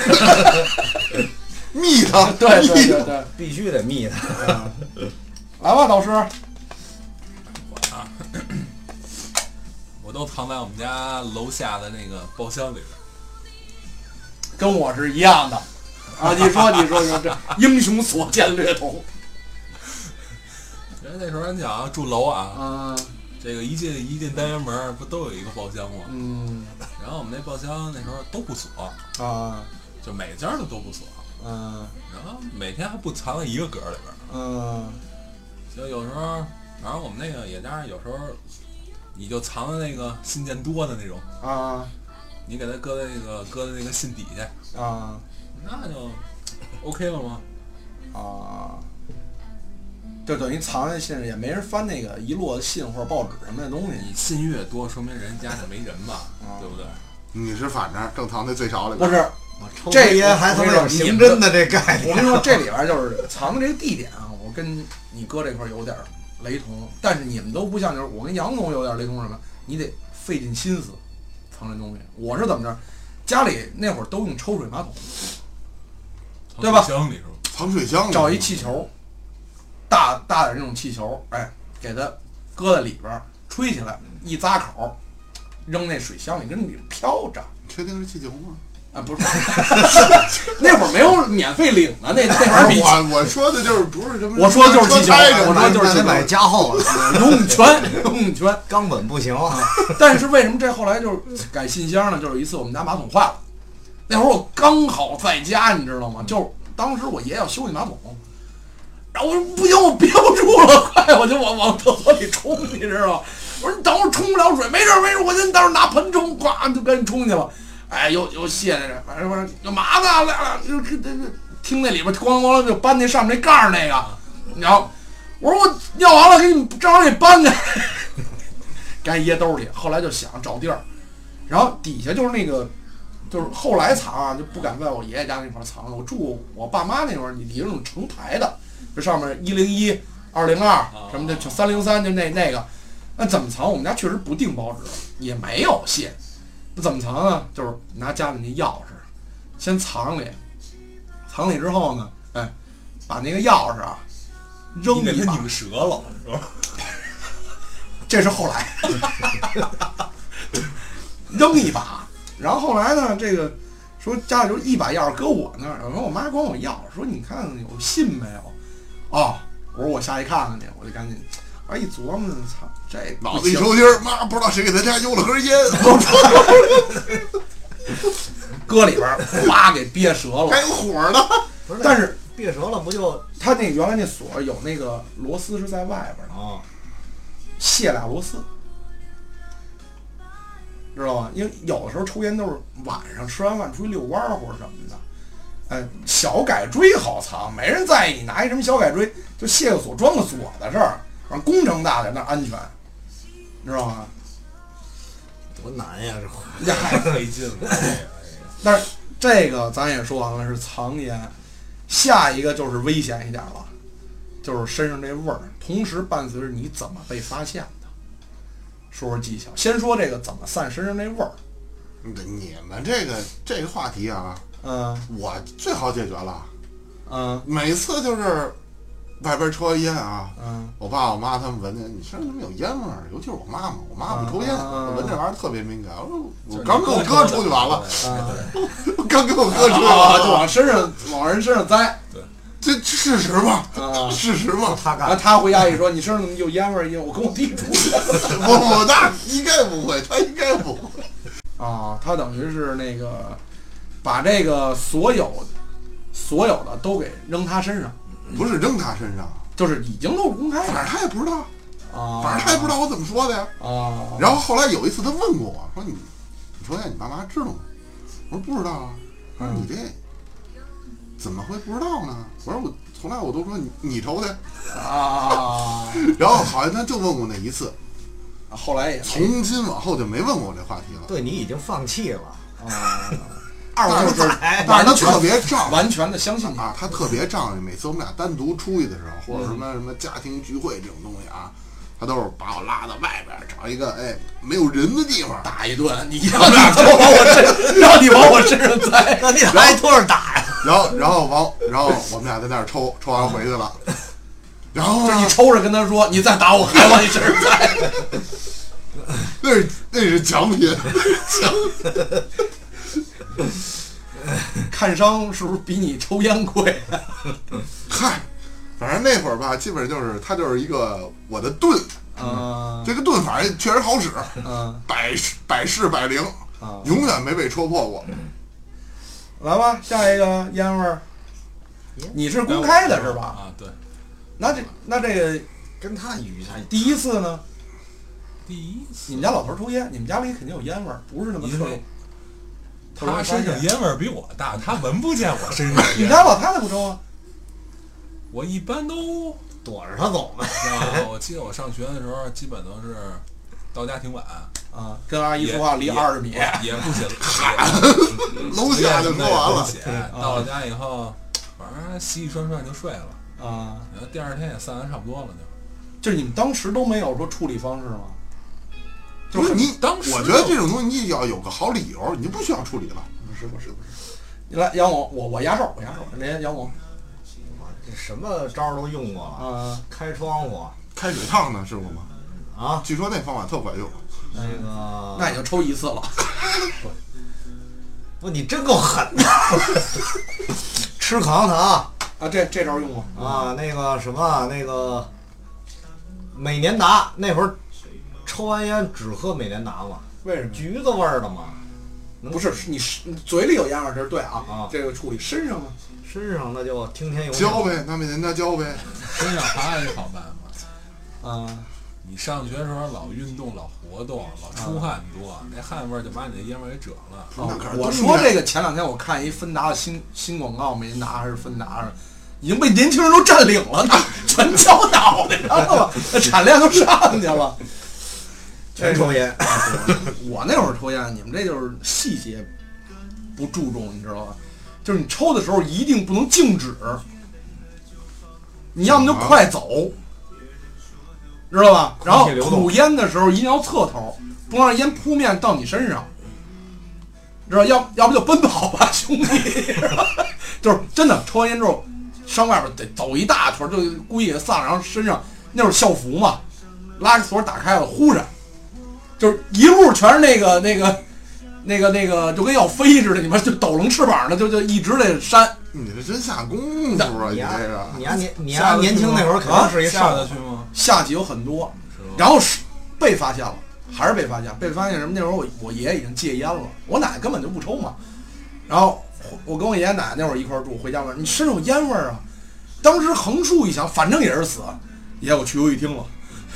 密他， 对对对对， 必须得密他。 来吧，导师。 我啊。我都藏在我们家楼下的那个包厢里边， 跟我是一样的啊！你说，你说，你说这英雄所见略同。 因为那时候你想住楼啊， 嗯， 这个一进一进单元门不都有一个包厢吗？ 嗯然后我们那包厢那时候都不锁， 啊就每家的都不锁， 嗯然后每天还不藏在一个格里边儿。 嗯就有时候，反正我们那个野家有时候，你就藏在那个信件多的那种， 啊你给它搁在那个搁在那个信底下， 啊那就 OK 了吗？ 啊，就等于藏在信上，也没人翻那个遗落的信或者报纸什么的东西。 你信越多，说明人家就没人吧， 啊对不对？ 你是反正正藏的最少里边。 不是， 我抽这根烟还他妈有刑侦的这概念。 我跟你说，这里边就是藏的这个地点啊，我跟你哥这块有点雷同，但是你们都不像，就是我跟杨总有点雷同什么，你得费尽心思藏这东西。我是怎么着？家里那会儿都用抽水马桶，对吧箱里是吧？ 藏水箱里找一气球，大大点那种气球，哎，给它搁在里边，吹起来，一扎口，扔那水箱里，跟里面飘着。 确定是气球吗？ 啊，不是，那会儿没有免费领的，那那会儿比我我说的就是不是什么， 我说的就是气球，我说的就是那得买加厚的， 游泳圈，游泳圈。 冈本不行啊。 但是为什么这后来就是改信箱呢？就是有一次我们家马桶坏了，那会儿我刚好在家，你知道吗？就是当时我爷要修那马桶，然后我说不行，我憋不住了，快，我就往往厕所里冲，你知道吗？我说你等会儿冲不了水，没事没事，我先等会儿拿盆冲，咵就赶紧冲去了。哎，又又卸在这，反正说干嘛呢？来了，就这这听那里边咣咣就搬那上面那盖儿那个，然后我说我尿完了，给你正好给搬开，该掖兜里。后来就想找地儿，然后底下就是那个，就是后来藏啊，就不敢在我爷爷家那块儿藏了。我住我爸妈那会儿，你底下那种成台的，这上面一零一、二零二什么的，就三零三，就那那个，那怎么藏？我们家确实不订报纸，也没有信。那怎么藏呢？就是拿家里那钥匙，先藏里，藏里之后呢，哎，把那个钥匙啊扔一把， 你给它拧折了，是吧？ 这是后来扔一把，然后后来呢，这个说家里就一把钥匙搁我那儿，然后我妈管我要，说你看有信没有？哦，我说我下去看看去，我就赶紧，哎一琢磨，操，这脑子一抽筋儿，妈不知道谁给他家邮了根烟， 搁里边儿，哗给憋折了， 还有火呢。 不是， 但是别折了不就他那原来那锁有那个螺丝是在外边的， 啊？ 卸俩螺丝，知道吧？因为有的时候抽烟都是晚上吃完饭出去遛弯儿或者什么的，哎，小改锥好藏，没人在意你拿一什么小改锥，就卸个锁装个锁的事儿，反正工程大点那安全，知道吗？ 多难呀，这活这还费劲了。 但是这个咱也说完了是藏烟，下一个就是危险一点了，就是身上这味儿，同时伴随着你怎么被发现的。说说技巧，先说这个怎么散身上这味儿。 你们这个这个话题啊， 嗯我最好解决了。 嗯每次就是外边抽完烟啊， 嗯我爸我妈他们闻见你身上怎么有烟味儿，尤其是我妈妈，我妈不抽烟， 嗯闻这玩意儿特别敏感。我说我就是刚跟我哥出去完了， 嗯， 我刚跟我哥出去啊， 完了， 就往身上往人身上栽这事实嘛， 啊。 事实嘛。 他干然后他回家一说，你身上怎么有烟味儿？我跟我弟出去我我那应该不会，他应该不会。 啊，他等于是那个把这个所有所有的都给扔他身上， 不是扔他身上， 就是已经都公开了反正他也不知道， 啊， 反正他也不知道我怎么说的呀。 啊。 然后后来有一次他问过我说你你抽烟你爸妈知道吗？我说不知道啊。他说你这怎么会不知道呢？我说我从来我都说你你抽的。 啊， 然后好像他就问过那一次， 后来也没从今往后就没问过我这话题了。 对你已经放弃了， 啊， 二但是五仔， 但是他特别仗义完全的相信你啊，他特别仗义。每次我们俩单独出去的时候，或者什么什么家庭聚会这种东西啊，他都是把我拉到外边找一个哎没有人的地方打一顿，你让你往我身，让你往我身上栽， 那你还拖着打呀？ 然后然后往然后我们俩在那儿抽，抽完回去了。然后呢就是你抽着跟他说，你再打我还往你身上栽。 那是那是奖品，奖看伤是不是比你抽烟贵？ 嗨，反正那会儿吧，基本就是他就是一个我的盾， 啊， 嗯， 这个炖法确实好使， 嗯百百试百灵， 啊， 永远没被戳破过。 来吧，下一个烟味儿，你是公开的是吧？ 啊，对， 那这那这个跟他语他第一次呢？ 第一次你们家老头抽烟，你们家里肯定有烟味儿，不是那么特殊因为。他身上烟味儿比我大，他闻不见我身上的烟。 你们家老太太不抽啊？ 我一般都， 躲着他走呗。 啊，我记得我上学的时候，基本都是到家挺晚， 啊，跟阿姨也说话离也二十米。 也不写， 楼下就说完了不。写。到了家以后，反正洗洗涮涮就睡了， 啊， 然后第二天也散的差不多了就。 就是你们当时都没有说处理方式吗？ 不是你， 当时我觉得这种东西你要有个好理由，你就不需要处理了。 不是不是不是。你来杨某，我我压手，我压手。来杨某。 这什么招儿都用过了， 啊， 开窗户开水烫呢，试过吗？ 啊， 据说那方法特管用。 那个那也就抽一次了。 不，你真够狠的。吃口香糖啊，这这招用过啊，那个什么那个美年达，那会儿抽完烟只喝美年达嘛， 为什么？ 橘子味儿的嘛。 不是，是你你嘴里有烟味儿，这是对啊。 啊这个处理身上呢？ 身上那就听天由命。 教呗，那me人家教呗。 身上还有一好办法， 啊， 你上学的时候老运动、老活动、老出汗多，那汗味儿就把你的烟味儿给遮了。 那可是我冬天说这个前两天我看一芬达的新新广告，美达还是芬达，已经被年轻人都占领了，全浇脑袋上了，那产量都上去了。 全抽烟。 我那会儿抽烟，你们这就是细节不注重，你知道吧？就是你抽的时候一定不能静止，你要么就快走，知道吧？然后空气流动吐烟的时候一定要侧头，不能让烟扑面到你身上，知道？要要不就奔跑吧，兄弟！就是真的，抽完烟之后上外边得走一大圈，就故意给散，然后身上那会儿校服嘛，拉锁打开了，呼着，就是一路全是那个那个那个那个，就跟要飞似的，你们就抖楞翅膀的，就就一直得扇。 你这真下功夫啊！你你呀这个， 你呀年你呀年轻那会儿肯定是一下少得去吗？ 下去有很多， 是吧？ 然后是被发现了，还是被发现，被发现什么？那会儿我我爷爷已经戒烟了，我奶奶根本就不抽嘛。然后我跟我爷爷奶奶那会儿一块儿住，回家问你身上有烟味儿啊？当时横竖一想，反正也是死，爷爷我去游戏厅了。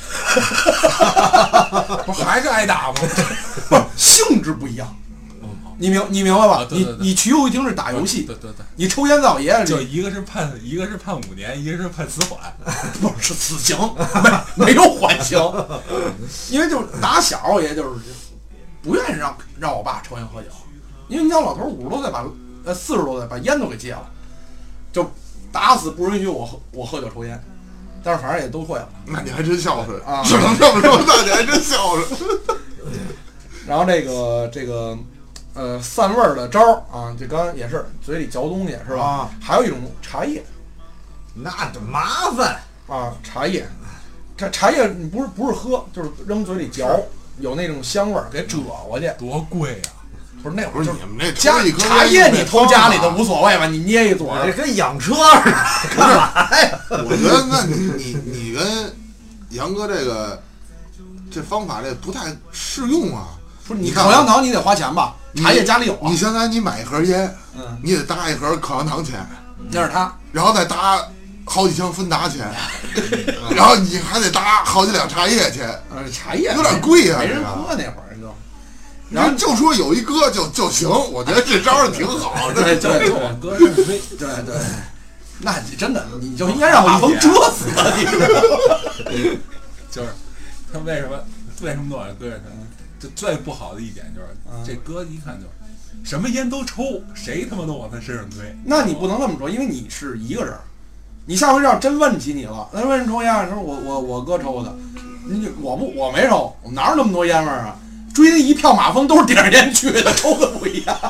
不是还是挨打吗？ 不是性质不一样，你明你明白吧？ 啊对对对你你去游戏厅是打游戏， 对对对， 你抽烟在我爷爷里就一个是判一个是判五年，一个是判死缓。 不是死刑，没没有缓刑，因为就是打小我爷就是不愿意让让我爸抽烟喝酒，因为你想老头五十多岁把呃四十多岁把烟都给戒了，就打死不允许我喝我喝酒抽烟，但是反正也都会了。 那你还真孝顺啊只能这么说，那你还真孝顺。 然后这个这个呃散味儿的招儿啊，这刚刚也是嘴里嚼东西是吧？ 啊还有一种茶叶那就麻烦。 啊，茶叶，这茶叶你不是不是喝，就是扔嘴里嚼，有那种香味儿，给遮过去。 多贵呀！ 不是那会不儿就是是你们这家抽一颗茶叶，你偷家里的的无所谓吧？你捏一嘴儿， 我这跟养车似的，干嘛呀？ 我觉得那你你你跟杨哥这个这方法这不太适用啊。 不是你你看口香糖你得花钱吧？ 你茶叶家里有啊你。现在你买一盒烟， 嗯， 你得搭一盒口香糖钱， 那是他。 然后再搭好几箱芬达钱，然后你还得搭好几两茶叶钱， 呃，茶叶有点贵啊没人这个喝那会儿就。 然后就说有一哥就就行，我觉得这招儿挺好的。 对对就往哥身上推， 对对，那你真的你就应该让马蜂蛰死了，你知道吗？ 就是他为什么为什么都让人搁着他？这最不好的一点就是， 嗯这哥一看就是什么烟都抽，谁他妈都往他身上推。 那你不能这么说，因为你是一个人儿。你下回要真问起你了，那为什么抽烟啊？说我我我哥抽的，你我不我没抽，我哪有那么多烟味儿啊？追那一票马蜂都是点着烟去的，抽的不一样。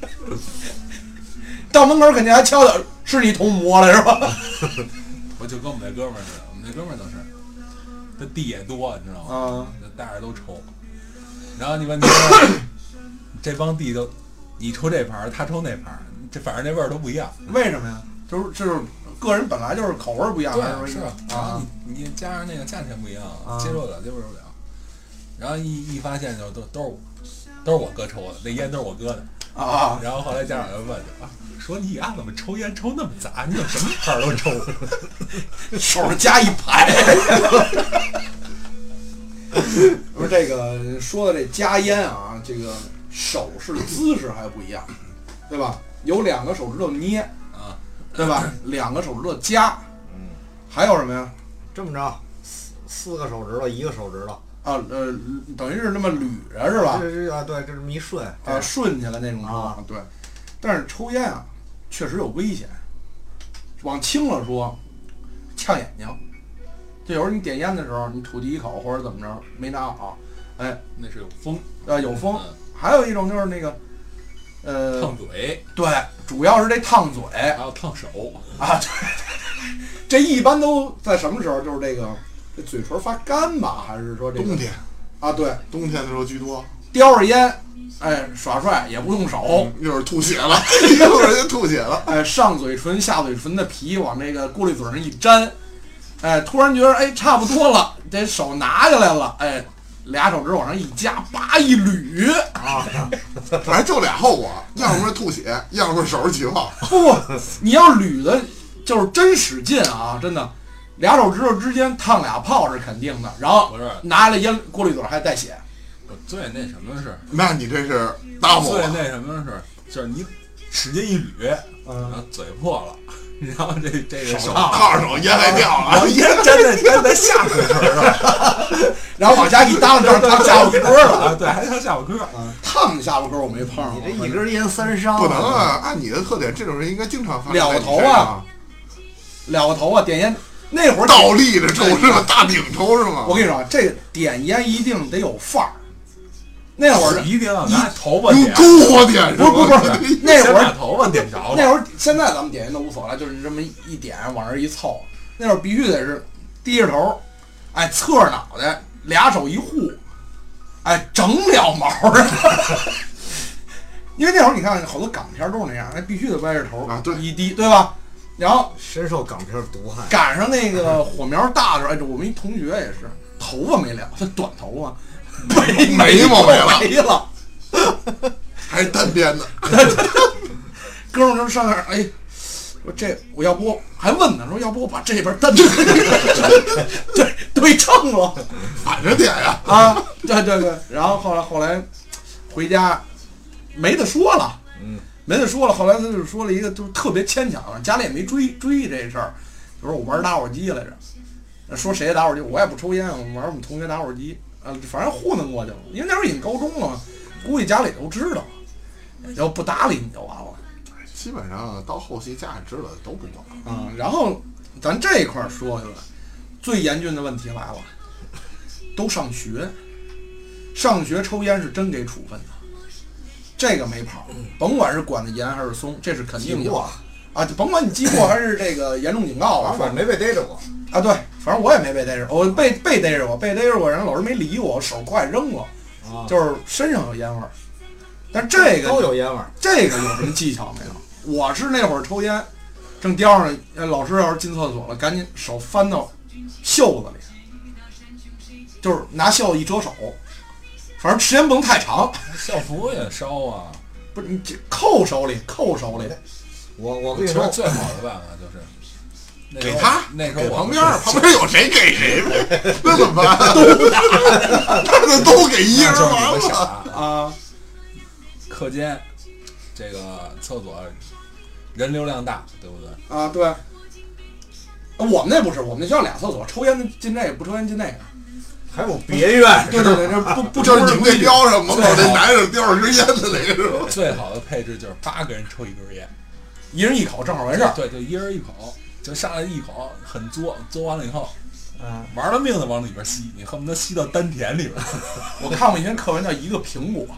到门口肯定还敲敲，是你同摸了是吧？ 我就跟我们那哥们儿似的，我们那哥们儿都是，他地也多，你知道吗？ 啊， 那带着都抽。然后你问题是，这帮地都，你抽这盘儿，他抽那盘儿，这反正那味儿都不一样。 为什么呀？就是就是个人本来就是口味儿不一样，还是说是啊啊，你你加上那个价钱不一样， 啊接受得了接受不了。 然后一一发现就都都是我都是我哥抽的，那烟都是我哥的啊。 然后后来家长就问啊，说你丫怎么抽烟抽那么杂？你有什么牌都抽？ 手上加一排。不是这个说的这夹烟啊，这个手势姿势还不一样，对吧？有两个手指头捏啊， 对吧？两个手指头夹， 嗯， 还有什么呀？ 这么着，四四个手指头，一个手指头啊，呃，等于是那么捋着是吧？ 这是啊，对，这是一顺啊，顺起来那种啊， 对。但是抽烟啊，确实有危险。往轻了说，呛眼睛。就有时候你点烟的时候，你吐第一口或者怎么着没拿好，哎， 那是有风， 呃，有风。 嗯、 还有一种就是那个，呃， 烫嘴。 对，主要是这烫嘴， 还有烫手啊。对，这一般都在什么时候？就是这个这嘴唇发干吧，还是说这个冬天啊？对， 冬天的时候居多。 叼着烟，哎，耍帅也不用手， 嗯、一会儿吐血了，一会儿就吐血了。 哎，上嘴唇、下嘴唇的皮往这个过滤嘴上一粘。哎，突然觉得哎差不多了，这手拿下来了，哎，俩手指往上一夹，叭一捋啊， 反正就俩后果，要么是吐血，要么是手起泡。 不，你要捋的，就是真使劲啊，真的，俩手指头之间烫俩泡是肯定的，然后不是拿下来烟过滤嘴还带血。 我最那什么是？ 那你这是大祸。 最那什么是？就是你使劲一捋， 嗯， 然后嘴破了。然后这这个手套手烟还掉了， 然后烟粘在粘在下嘴唇上， 然后往下一当这烫下巴颏了啊，对，还烫下巴颏啊， 烫下巴颏我没碰上。 你这一根烟三伤， 不能啊！按你的特点，这种人应该经常发生。 了个头啊，了个头啊！点烟那会儿倒立着抽是吧？大顶抽是吗？ 我跟你说，这点烟一定得有范儿。那会儿一定要拿头发点，用篝火点， 不是不是不是，那会儿头发点着了。 那会儿现在咱们点烟都无所谓了，就是你这么一点往这一凑。那会儿必须得是低着头，哎，侧着脑袋，俩手一护，哎，整了毛的。因为那会儿你看好多港片都是那样，哎，必须得歪着头啊，对， 一低，对吧？然后深受港片毒害， 赶上那个火苗大的时候，哎，这我们一同学也是，头发没了，他短头发。 眉眉毛没了， 没了， 还是单边的。 哥们儿就上那儿，哎，说这我要不还问呢，说要不我把这边单对对对称了， 反着点呀啊，对对对。然后后来后来回家没得说了， 嗯， 没得说了。后来他就说了一个，就是特别牵强，家里也没追追这事儿，就说我玩打火机来着，说谁打火机，我也不抽烟，我玩我们同学打火机。啊，反正糊弄过去了，因为那时候已经高中了嘛，估计家里都知道，要不搭理你就完了。 基本上到后期家里知道的都不管啊、嗯。然后咱这一块儿说去了，最严峻的问题来了，都上学，上学抽烟是真给处分的，这个没跑，甭管是管的严还是松，这是肯定有啊，就甭管你记过还是这个严重警告啊， 反正没被逮着过。 啊，对，反正我也没被逮着，我被被逮着过，被逮着过，然后老师没理我，手快扔了， 啊， 就是身上有烟味儿。但这个都有烟味儿， 这个有什么技巧没有？我是那会儿抽烟，正叼上，老师要是进厕所了，赶紧手翻到袖子里，就是拿袖子一遮手，反正时间不能太长。 校服也烧啊， 不是你扣手里，扣手里。 我我跟你说， 最好的办法就是。 给他， 那时候给旁边，旁边有谁给谁呗，那怎么办？那就都给一人完了啊！ 课间，这个厕所人流量大，对不对？ 啊，对。我们那不是，我们那学校俩厕所，抽烟的进这个，不抽烟进那个。 还有别院， 对对对，这不不就是你那叼上门口那男人叼着根烟的那个是吧？ 最好的配置就是八个人抽一根烟， 一人一口，正好完事儿。 对，就一人一口。就上来一口很嘬，嘬完了以后， 嗯， 玩了命的往里边吸，你恨不得吸到丹田里边。 我看过一篇课文叫《一个苹果》，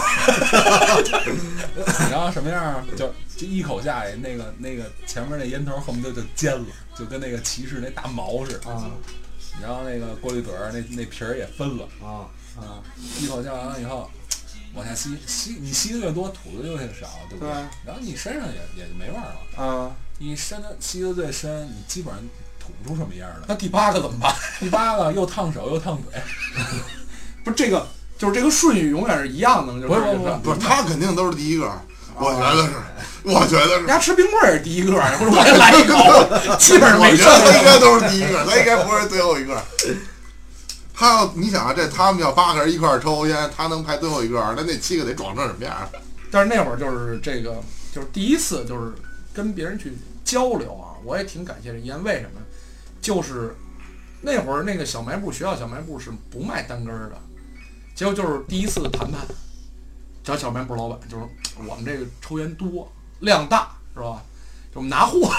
然后什么样？就就一口下去，那个那个前面那烟头恨不得就尖了，就跟那个骑士那大矛似的。 啊， 然后那个过滤嘴儿那那皮儿也分了。 啊啊，一口下完了以后，往下吸，吸你吸的越多，吐的就越少，对不对？ 对然后你身上也也就没味儿了。 啊。 你深的吸得最深，你基本上吐不出什么样的。 那第八个怎么办？ 第八个又烫手又烫嘴， 不是这个，就是这个顺序永远是一样的，就是不是不是不是他肯定都是第一个，我觉得是，我觉得是。 人家吃冰棍儿也是第一个，不是我也来一口，基本上没剩我觉得他应下。 该都是第一个，他应该不是最后一个。他要你想啊，这他们要八个人一块儿抽烟，他能排最后一个，那那七个得壮成什么样？ 但是那会儿就是这个，就是第一次就是跟别人去交流啊，我也挺感谢这烟。为什么？就是那会儿那个小卖部，学校小卖部是不卖单根儿的，结果就是第一次谈判，找小卖部老板，就是我们这个抽烟多，量大，是吧？就我们拿货。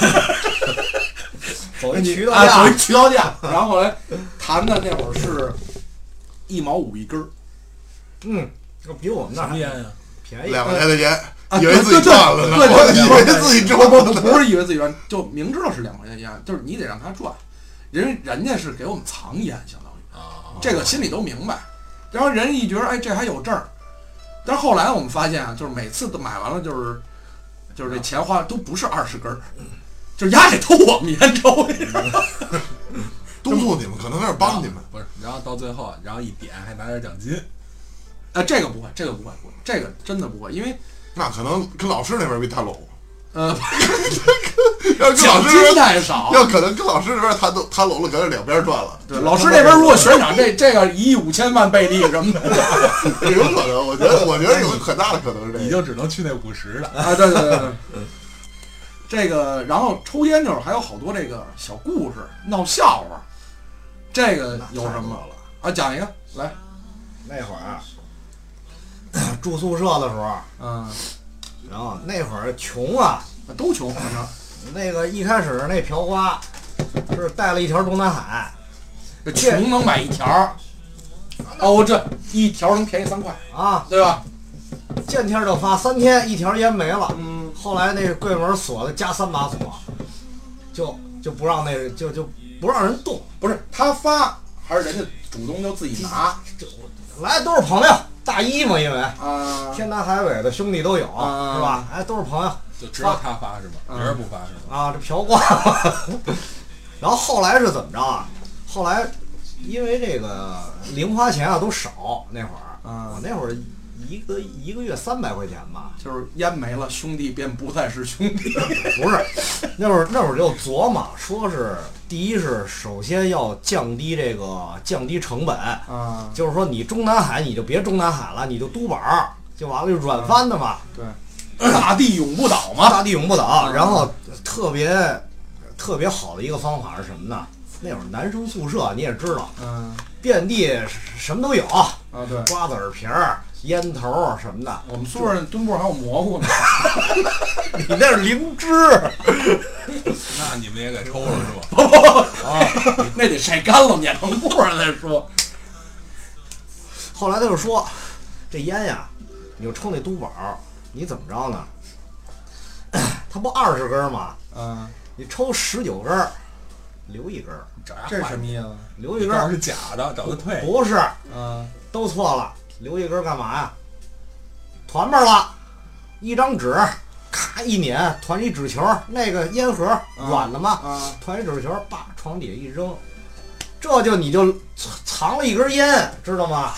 走一渠道啊， 价走一渠道价，然后后来谈的那会儿是一毛五一根儿， 嗯，这比我们那儿还什么烟呀？ 便宜。 两块钱的烟， 啊以为自己赚了呢， 对对我对以为自己赚不不了呢。 不是以为自己赚，就明知道是两块钱烟，就是你得让他赚，人人家是给我们藏烟，相当于啊， 这个心里都明白，然后人一觉得哎这还有证儿，但是后来我们发现啊，就是每次都买完了就是就是这钱花都不是二十根儿，就是丫得偷我们烟抽。 督促你们，可能有点帮你们。 不是，然后到最后，然后一点还拿点奖金， 啊，这个不会，这个不会，不会，这个真的不会，因为那可能跟老师那边没谈拢， 呃， 要跟奖金老师那边， 太少。 要可能跟老师那边谈拢谈拢了，可能两边赚了。 对，老师那边如果悬赏这这个一亿五千万倍利什么的， 有可能，我觉得，我觉得有很大的可能是这个。 你就只能去那五十的。 啊，对对对对，这个然后抽烟就是还有好多这个小故事、闹笑话，这个有什么了？ 啊？讲一个来， 那会儿啊，住宿舍的时候， 嗯， 然后那会儿穷啊， 都穷，反正那个一开始那瓢瓜是带了一条中南海， 这穷能买一条，哦，这一条能便宜三块， 啊， 对吧？ 见天就发，三天一条烟没了。 嗯， 后来那个柜门锁的加三把锁，就就不让那个就就不让人动。 不是他发，还是人家主动就自己拿就来都是朋友，大一嘛，因为啊？ 天南海北的兄弟都有， 啊是吧？哎，都是朋友就只有他发是吗？ 啊别人不发是吗？ 啊，这瓢瓜。然后后来是怎么着啊？后来因为这个零花钱啊都少，那会儿啊我那会儿一个一个月三百块钱吧。 就是烟没了，兄弟便不再是兄弟。 不是，那会儿那会儿就琢磨，说是第一是首先要降低这个降低成本， 啊， 就是说你中南海你就别中南海了，你就都板儿就完了，就软翻的嘛， 对，大地永不倒嘛。 大地永不倒。 嗯然后特别特别好的一个方法是什么呢？那会儿男生宿舍你也知道， 嗯遍地什么都有， 啊，对， 瓜子儿皮儿、烟头儿什么的。 我们宿舍墩布还有蘑菇呢。 你那是灵芝那你们也给抽了是吧？ 啊！ 那得晒干了碾成布儿再说。 后来他就说，这烟呀，你就抽那都宝儿，你怎么着呢？他不二十根儿吗？ 嗯， 你抽十九根儿，留一根儿， 找牙这是什么意思？ 留一根儿你告诉是假的，找他退。 不是， 嗯， 都错了，留一根儿干嘛呀？团吧了，一张纸，咔一捻，团一纸球，那个烟盒软的嘛， 啊， 团一纸球，把床底下一扔，这就你就藏了一根烟，知道吗？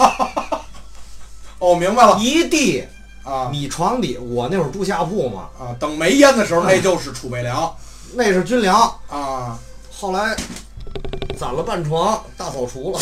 哦，明白了一地， 啊你床底，我那会儿住下铺嘛， 啊，等没烟的时候，那就是储备粮那是军粮。 啊。 后来攒了半床，大扫除了。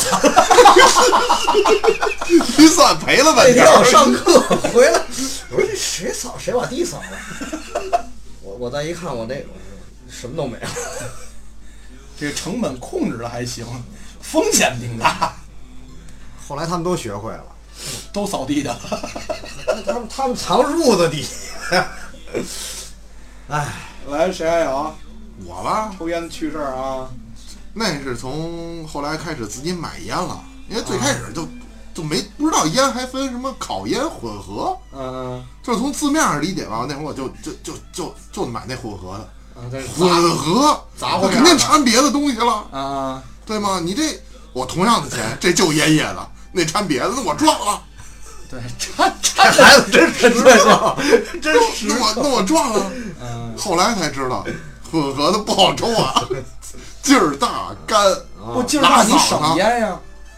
预算赔了半那天天。 我上课回来，我说这谁扫谁把地扫了？我我再一看，我那什么都没了。 这个成本控制的还行，风险挺大， 后来他们都学会了， 都扫地的。 他们他们藏褥子底下。哎， 来，谁还有我吧， 抽烟的趣事儿啊？ 那是从后来开始自己买烟了，因为最开始就就没不知道烟还分什么烤烟混合， 嗯就是从字面上理解吧。那会儿我就就就就就买那混合的， 嗯，这混合杂货我肯定掺别的东西了， 啊， 对吗？你这我同样的钱，这就烟叶子，那掺别的，那我赚了， 对，掺这掺孩子真实诚，真实那我那我赚了。 嗯后来才知道，混合的不好抽啊，劲儿大干。 不，劲儿大你省烟呀。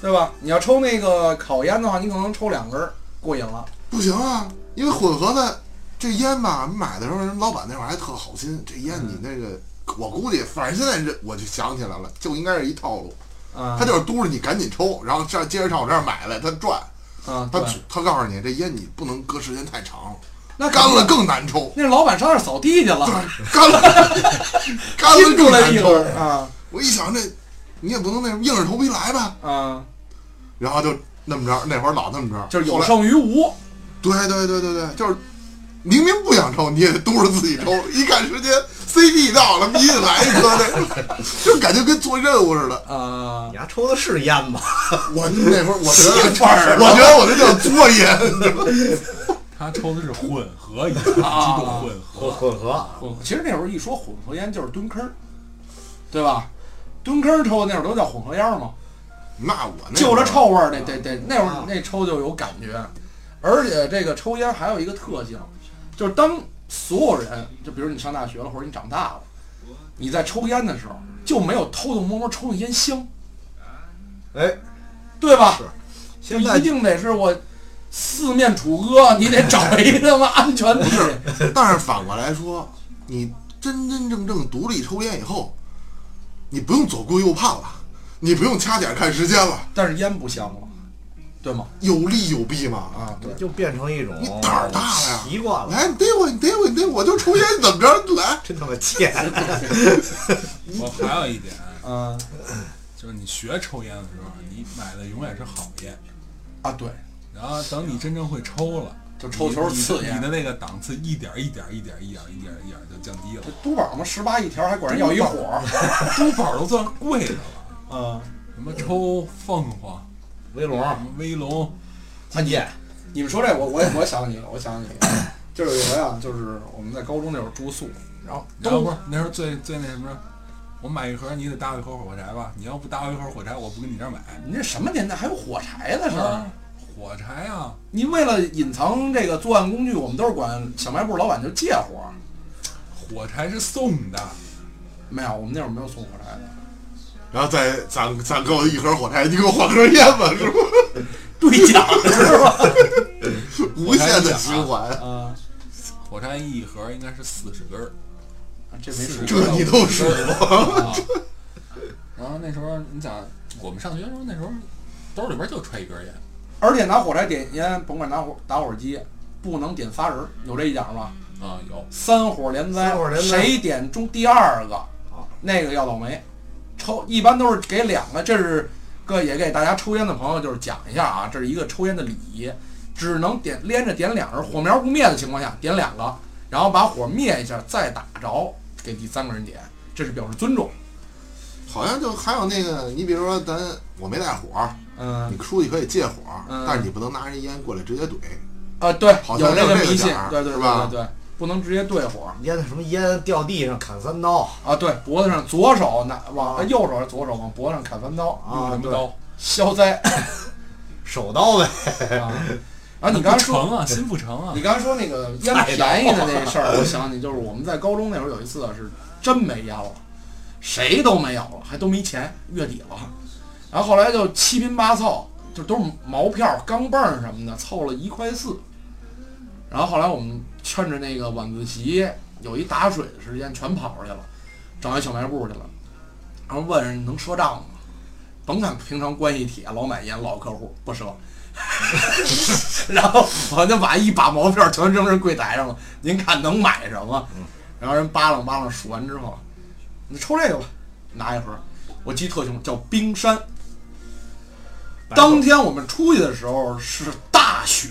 对吧？你要抽那个烤烟的话，你可能抽两根儿过瘾了。 不行啊，因为混合的这烟吧，你买的时候人老板那会儿还特好心，这烟你那个，我估计反正现在人我就想起来了，就应该是一套路。 啊， 他就是督着你赶紧抽，然后这接着上我这儿买来，他赚。 啊， 他对他告诉你，这烟你不能搁时间太长， 那干了更难抽。 那老板上那儿扫地去了， 干了，干了拼出更难抽来一会儿啊我一想这，你也不能那种硬着头皮来吧， 啊， 然后就那么着，那会儿老那么着， 就是有后来胜于无。 对对对对对，就是明明不想抽，你也得督着自己抽。一看时间 ，C P 到了，必须得来一颗那，就感觉跟做任务似的。 啊你，还抽的是烟吗？ 我那会儿我觉得， 范儿了我觉得我这叫作烟，你知道吗？ 他抽的是混合烟，几种混合。 混混合， 混合。其实那会儿一说混合烟就是蹲坑儿，对吧？蹲坑儿抽的那会儿都叫混合烟嘛， 那我那就着臭味儿得得得那会儿那抽就有感觉。而且这个抽烟还有一个特性，就是当所有人，就比如你上大学了或者你长大了，你在抽烟的时候就没有偷偷摸摸抽的烟香， 哎， 对吧？ 是就现在一定得是我四面楚歌，你得找一他妈安全地。 但是反过来说，你真真正正独立抽烟以后，你不用左顾右盼了，你不用掐点看时间了， 但是烟不香了，对吗？ 有利有弊嘛。 啊，对。 就变成一种你胆儿大了呀习惯了， 来，你逮我，你逮我，你逮我，我就抽烟，怎么着？来， 真他妈贱！ 我还有一点， 嗯就是你学抽烟的时候，你买的永远是好烟， 啊，对， 然后等你真正会抽了， 就抽球你次烟。 你的那个档次一点一点一点一点一点一点就降低了。 督宝嘛，十八一条，还管人要一火。 珠宝都算贵的了， 嗯， 什么抽凤凰、 威龙、 什么威龙， 参见， 你们说这我我也我想起了，我想起了，就是有回啊，就是我们在高中那会儿住宿，然后都然后不是那时候最最那什么，我买一盒你得搭一盒火柴吧，你要不搭一盒火柴，我不跟你这儿买。 你这什么年代还有火柴的事儿？ 啊，火柴啊， 你为了隐藏这个作案工具，我们都是管小卖部老板就借火。 火柴是送的， 没有，我们那会儿没有送火柴的。 然后再攒攒够一盒火柴，你给我换盒烟吧，是吧？ 兑奖是吧？ 无限的循环， 啊， 火柴一盒应该是四十根儿。 这没数这你都数过？ 啊，然后那时候你想，我们上学的时候，那时候兜里边就揣一根烟。 而且拿火柴点烟，甭管拿火打火机，不能点仨人，有这一讲吗？ 啊，有三火连灾， 三火连灾谁点中第二个，那个要倒霉。抽一般都是给两个，这是个也给大家抽烟的朋友就是讲一下啊，这是一个抽烟的礼仪，只能点连着点两人，火苗不灭的情况下点两个，然后把火灭一下，再打着给第三个人点，这是表示尊重。 好像就还有那个，你比如说咱我没带火， 嗯你出去可以借火， 嗯但是你不能拿人烟过来直接怼。 啊，对， 好像有这个迷信有这个讲， 对对对是吧对对，不能直接对火烟什么烟掉地上砍三刀啊，对，脖子上左手拿往、 啊右手还是左手往脖子上砍三刀， 啊，对， 什么刀？ 消灾手刀呗， 啊。然后你刚才说， 不成啊，心不成啊你。刚才说那个烟便宜的那事儿，我想起就是我们在高中那会儿有一次是真没烟了，谁都没有了，还都没钱，月底了。然后后来就七拼八凑，就都是毛票、钢镚儿什么的，凑了一块四。然后后来我们趁着那个晚自习有一打水的时间，全跑出去了，找一小卖部去了。然后问人能赊账吗？甭看平常关系铁，老买烟老客户不赊。然后我就把一把毛票全扔人柜台上了，您看能买什么？然后人扒拉扒拉数完之后，你抽这个吧，拿一盒。我记特清，叫冰山。当天我们出去的时候是大雪，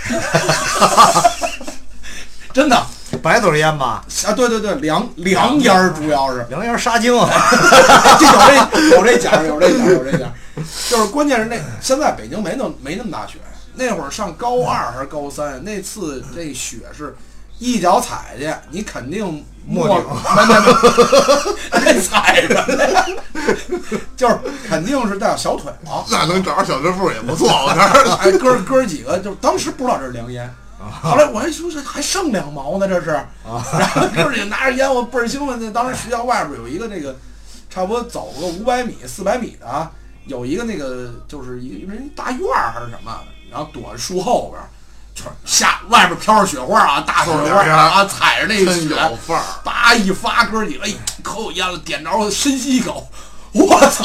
真的白嘴烟吧， 啊！对对对，凉凉烟儿主要是， 凉烟杀精， 这有这有这讲有这讲有这讲，就是关键是那现在北京没那没那么大雪，那会儿上高二还是高三，那次这雪是一脚踩去，你肯定没没没没踩着，就是肯定是带小腿了。 那能找着小师傅也不错，我这儿。 哎，哥儿哥儿几个就当时不知道这是凉烟，后来我还说这还剩两毛呢，这是。然后哥儿几个拿着烟，我倍儿兴奋。那当时学校外边有一个这个，差不多走个五百米、四百米的啊， 有一个那个就是一个人大院儿还是什么，然后躲树后边儿，就是下外边飘着雪花啊，大雪花啊，踩着那个雪， 有范儿， 叭一发哥几个，哎，可有烟了，点着深吸一口，我操！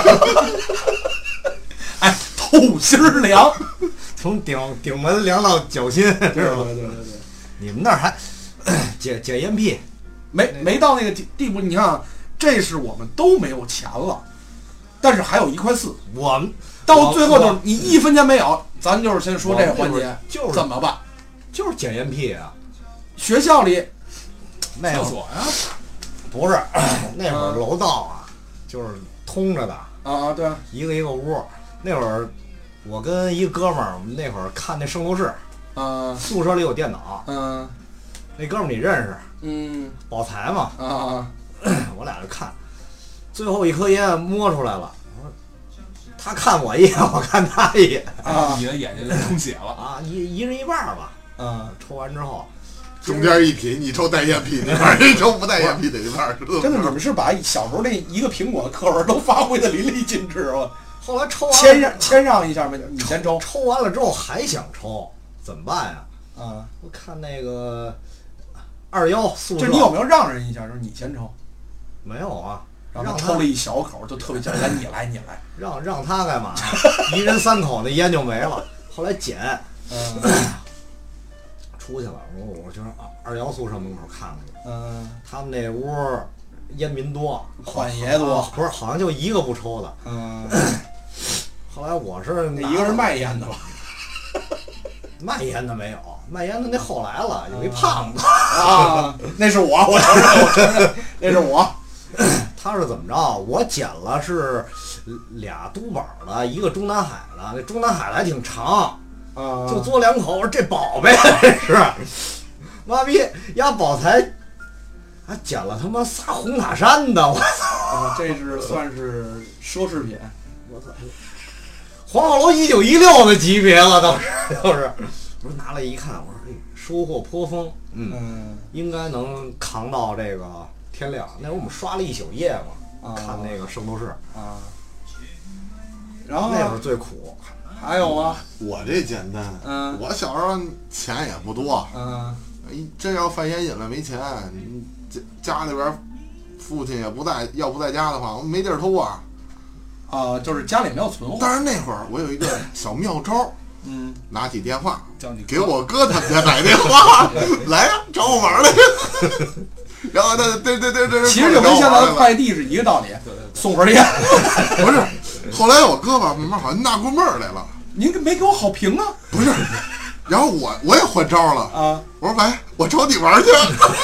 哎，透心儿凉， 从顶顶门凉到脚心，是吧？ 对对对对， 你们那儿还解解烟屁？ 没没到那个地地步，你看啊，这是我们都没有钱了，但是还有一块四， 我们到最后就是你一分钱没有，咱就是先说这个环节， 就是怎么办？ 就是解烟屁啊！ 学校里那会儿厕所呀， 不是那会儿楼道啊，就是通着的， 啊，对， 一个一个屋。那会儿我跟一个哥们儿，我们那会儿看那《圣斗士》， 嗯宿舍里有电脑， 嗯那哥们儿你认识？ 嗯宝财嘛， 啊我俩就看，最后一颗烟摸出来了，我说他看我一眼，我看他一眼啊你的眼睛就充血了。 啊，一一人一半儿吧。 啊！ 抽完之后， 中间一撇，你抽带烟屁那块儿，你抽不带烟屁那一块儿， 真的，你们是把小时候那一个苹果的课文都发挥的淋漓尽致了。 后来抽完谦让谦让一下呗，你先抽。 抽完了之后还想抽，怎么办呀？ 啊， 我看那个二幺宿舍， 就你有没有让人一下？就是你先抽， 没有啊？ 然后让他他抽了一小口，就特别简单。你来，你来。 让让他干嘛？一人三口，那烟就没了。后来捡嗯出去了，我我就让二幺宿舍门口看看去。 嗯他们那屋烟民多， 缓爷多不是，好像就一个不抽的。 嗯， 后来我是那一个是卖烟的吧？ 卖烟的没有，卖烟的那后来了，有一胖子。 啊，那是我，我承认，我承认，那是我。 他是怎么着？我捡了是俩都宝的，一个中南海的，那中南海的还挺长， 啊， 就嘬两口。我说这宝贝是，妈逼丫宝财还捡了他妈仨红塔山的，我操！ 啊，这是算是奢侈品。 我操！黄鹤楼一九一六的级别了，当时就是。我说拿来一看，我说哎，收获颇丰，嗯， 嗯应该能扛到这个天亮。那会儿我们刷了一宿夜嘛， 啊看那个《圣斗士》， 啊，然后那会儿呢？ 最苦。 还有啊， 我这简单， 嗯我小时候钱也不多， 嗯一真要犯烟瘾了没钱，你家家里边父亲也不在，要不在家的话，我没地儿偷啊。 啊，就是家里没有存货。 但是那会儿我有一个小妙招， 嗯， 拿起电话叫你给我哥他们家打电话，来呀，找我玩来。然后他对对对对， 其实就跟现在的快递是一个道理， 对对对， 送份烟。 不是，后来我哥吧，慢慢好像纳过闷儿来了， 您没给我好评啊？ 不是，然后我我也换招了， 啊， 我说来，我找你玩去，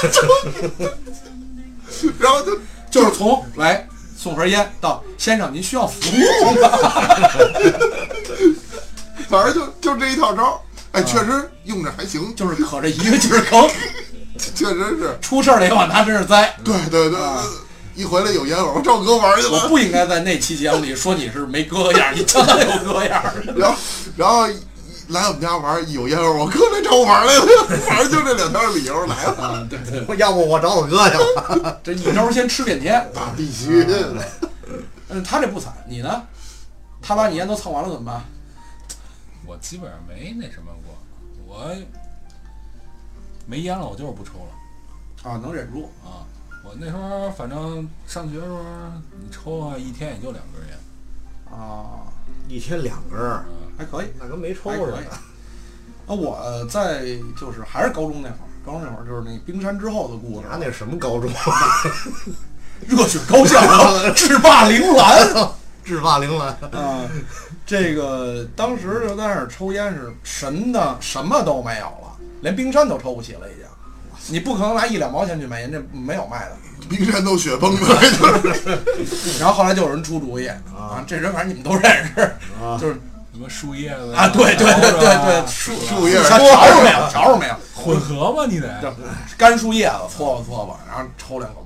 然后就就是从来送盒烟到先生您需要服务吗？ 反正就就这一套招，哎，确实用着还行， 就是可着一个劲儿坑， 确实是， 出事儿了也往他身上栽。 对对对， 啊一回来有烟味儿，我找哥玩去了， 我不应该在那期节目里说你是没哥样儿，你相当有哥样儿。 然后然后一来我们家玩，一有烟味儿，我哥来找我玩来了，反正就这两条理由来了， 啊，对对， 要不我找我哥去了。 这一招先吃遍天。 啊，必须的。 嗯，他这不惨，你呢？他把你烟都蹭完了怎么办？ 我基本上没那什么过，我没烟了，我就是不抽了啊，能忍住。 啊。我那时候反正上学的时候，你抽啊，一天也就两根烟， 啊， 一天两根儿， 嗯， 还可以。 那跟没抽还可以似的。 啊，我在就是还是高中那会儿，高中那会儿就是那冰山之后的故事。 他那什么高中？ 热血高校，制霸铃兰。 制霸铃兰。 啊，这个当时就在那儿抽烟是神的，什么都没有了，连冰山都抽不起了已经。你不可能拿一两毛钱去买烟，这没有卖的。 冰山都雪崩了，就是然后后来就有人出主意啊，这人反正你们都认识， 啊就是什么树叶子啊，对对对对对，树树叶调调没有，调没有， 混合嘛，你得就干树叶子搓吧搓吧，然后抽两口，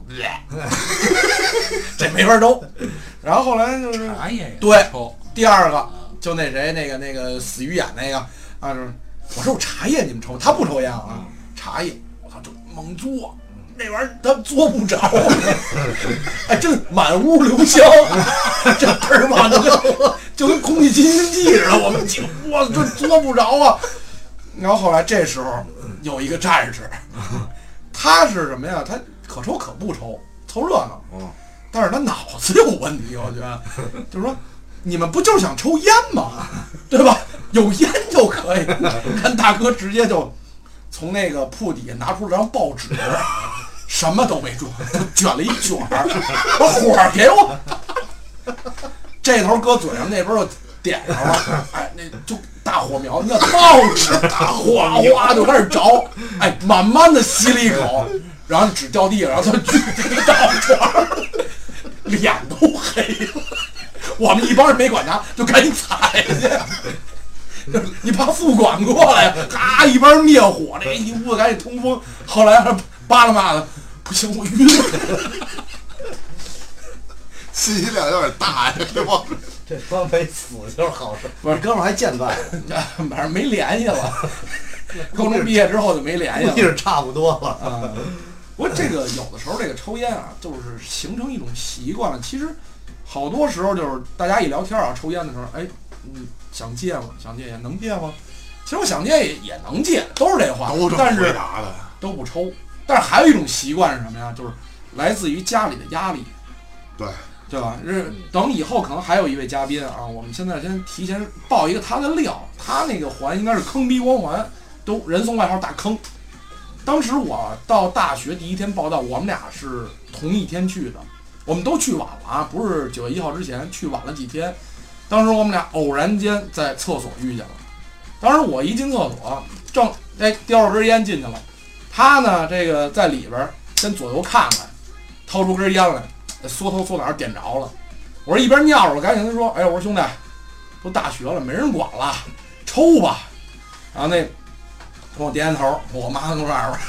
这没法抽。然后后来就是茶叶也对抽， 第二个就那谁那个那个死鱼眼那个啊，就是我说我茶叶你们抽，他不抽烟啊，茶叶我操就猛嘬， 这玩意儿它嘬不着，哎，真满屋留香，这倍儿棒，就跟就跟空气清新剂似的。我们几个哇，这嘬不着啊。然后后来这时候有一个战士，他是什么呀？他可抽可不抽，凑热闹。但是他脑子有问题，我觉得，就是说，你们不就是想抽烟吗？对吧？有烟就可以。看大哥直接就从那个铺底下拿出了张报纸，什么都没装，就卷了一卷儿，把火儿给我。这头搁嘴上，那边就点上了，哎，那就大火苗，那报纸大哗哗就开始着，哎，慢慢的吸了一口，然后纸掉地上，然后他举着一大串，脸都黑了。我们一帮人没管他，就赶紧踩去。你怕副管过来，咔一边灭火，这一屋子赶紧通风。后来扒拉骂的，不行，我晕了。 信息量有点大呀，这帮人。 这说没死就是好事，不是哥们儿还健在， 反正没联系了。高中毕业之后就没联系了， 估计是差不多了啊。不过这个有的时候这个抽烟啊，就是形成一种习惯了。其实好多时候就是大家一聊天啊，抽烟的时候，哎，嗯，想戒吗？想戒烟能戒吗？其实我想戒也也能戒，都是这话， 都这么但是回答的， 都不抽。但是还有一种习惯是什么呀？就是来自于家里的压力。 对。 对吧？是等以后可能还有一位嘉宾啊，我们现在先提前报一个他的料，他那个环应该是坑逼光环，都人送外号大坑。当时我到大学第一天报道，我们俩是同一天去的，我们都去晚了啊，不是九月一号之前，去晚了几天。当时我们俩偶然间在厕所遇见了，当时我一进厕所，正哎叼着根烟进去了，他呢这个在里边先左右看看，掏出根烟来。缩头缩脑点着了，我说一边尿着，我赶紧跟他说：“哎，我说兄弟，都大学了，没人管了，抽吧。”然后那跟我点点头，我妈跟那儿，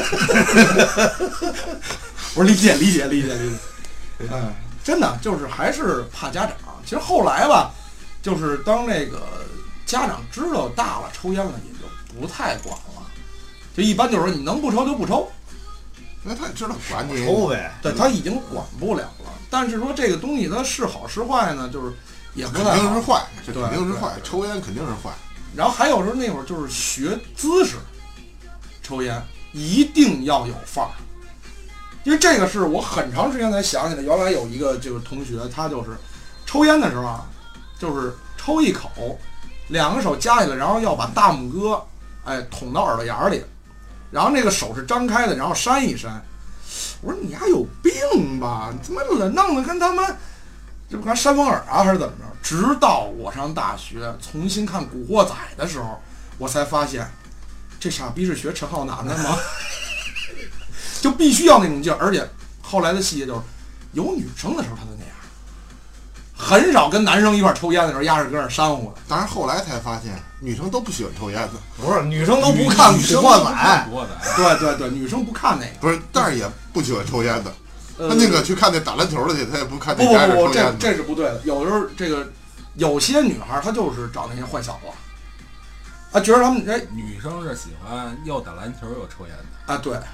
我说理解理解理解理解。哎，真的就是还是怕家长。其实后来吧，就是当这个家长知道大了抽烟了，也就不太管了，就一般就是说你能不抽就不抽。 因为他也知道管你抽呗， 对他已经管不了了。但是说这个东西它是好是坏呢，就是也不肯太定是坏，这对肯定是坏， 对抽烟肯定是坏。 然后还有时候那会儿就是学姿势，抽烟一定要有范儿，因为这个是我很长时间才想起来，原来有一个这个同学，他就是抽烟的时候啊，就是抽一口，两个手夹起来，然后要把大拇哥哎捅到耳朵眼里。然后那个手是张开的，然后扇一扇。我说你还有病吧？你他妈弄得跟他妈这不看扇风耳啊，还是怎么着？直到我上大学重新看《古惑仔》的时候，我才发现这傻逼是学陈浩南的吗？就必须要那种劲儿，而且后来的细节就是有女生的时候他就那样，很少跟男生一块抽烟的时候压着搁那煽乎的。 当然后来才发现，女生都不喜欢抽烟的。 不是女生都不看《古惑仔》， 对对对，女生不看那个， 不是，但是也不喜欢抽烟的。 呃、 他宁可去看那打篮球的去，他也不看不那家不不，这抽烟的。 这是不对的。有时候这个有些女孩她就是找那些坏小子，啊，觉得他们哎， 女生是喜欢又打篮球又抽烟的啊，对，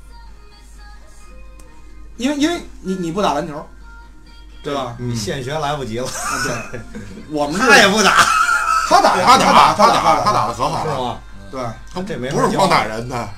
因为因为你你不打篮球，对吧？ 你现学来不及了。 啊，对，我们他也不打， 他打他打他打他打的可好是了， 吗？ 对， 他这没不是光打人的。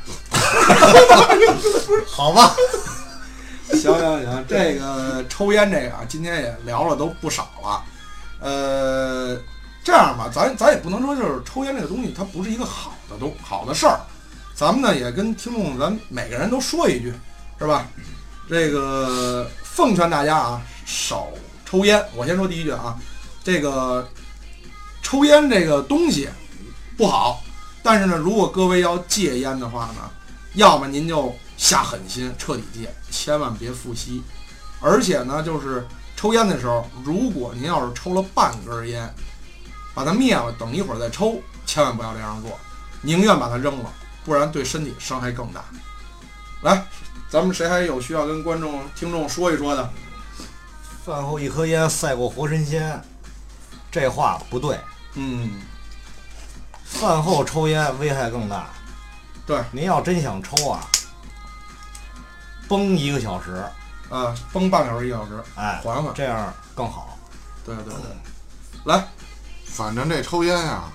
好吧。 行行行，这个抽烟这个啊，今天也聊了都不少了。呃，这样吧，咱咱也不能说就是抽烟这个东西它不是一个好的东好的事儿，咱们呢也跟听众咱每个人都说一句，是吧？这个奉劝大家啊，少抽烟。我先说第一句啊，这个抽烟这个东西不好，但是呢，如果各位要戒烟的话呢，要么您就下狠心彻底戒，千万别复吸。而且呢，就是抽烟的时候，如果您要是抽了半根烟，把它灭了，等一会儿再抽，千万不要这样做，宁愿把它扔了，不然对身体伤害更大。来，咱们谁还有需要跟观众听众说一说的？ 饭后一颗烟赛过活神仙，这话不对。 嗯， 饭后抽烟危害更大。 对， 您要真想抽啊， 绷一个小时， 啊，绷半个小时一个小时， 哎， 缓缓， 这样更好。 对对对，来， 反正这抽烟呀，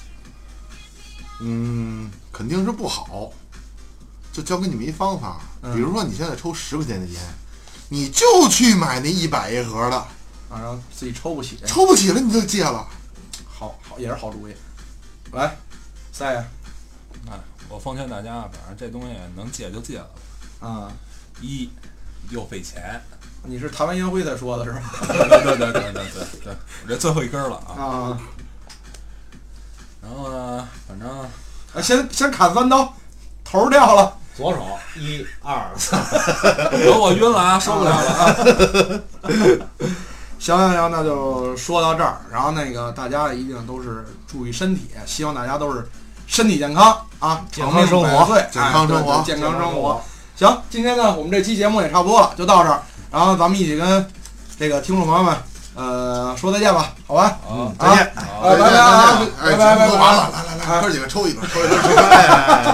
嗯，肯定是不好。就教给你们一方法，比如说你现在抽十块钱的烟，你就去买那一百一盒的， 啊，然后自己抽不起， 抽不起了你就戒了。 好好也是好主意。来，赛呀， 哎，我奉劝大家，反正这东西能戒就戒了。 啊， 一又费钱， 你是谈完烟灰才说的是吧？ 对对对对对对对对，我这最后一根了啊。 啊， 然后呢，反正啊先先砍三刀，头掉了。 左手一二三， 有我晕了啊，受不了了啊！ 行行行，那就说到这儿。然后那个大家一定都是注意身体，希望大家都是身体健康啊， 健康生活， 健康生活， 健康生活。行，今天呢，我们这期节目也差不多了，就到这儿。然后咱们一起跟这个听众朋友们，呃，说再见吧，好吧？ 嗯，再见， 拜拜啊！ 哎， 拜拜拜拜！ 完了，来来来，哥几个抽一根，抽一根，抽一根。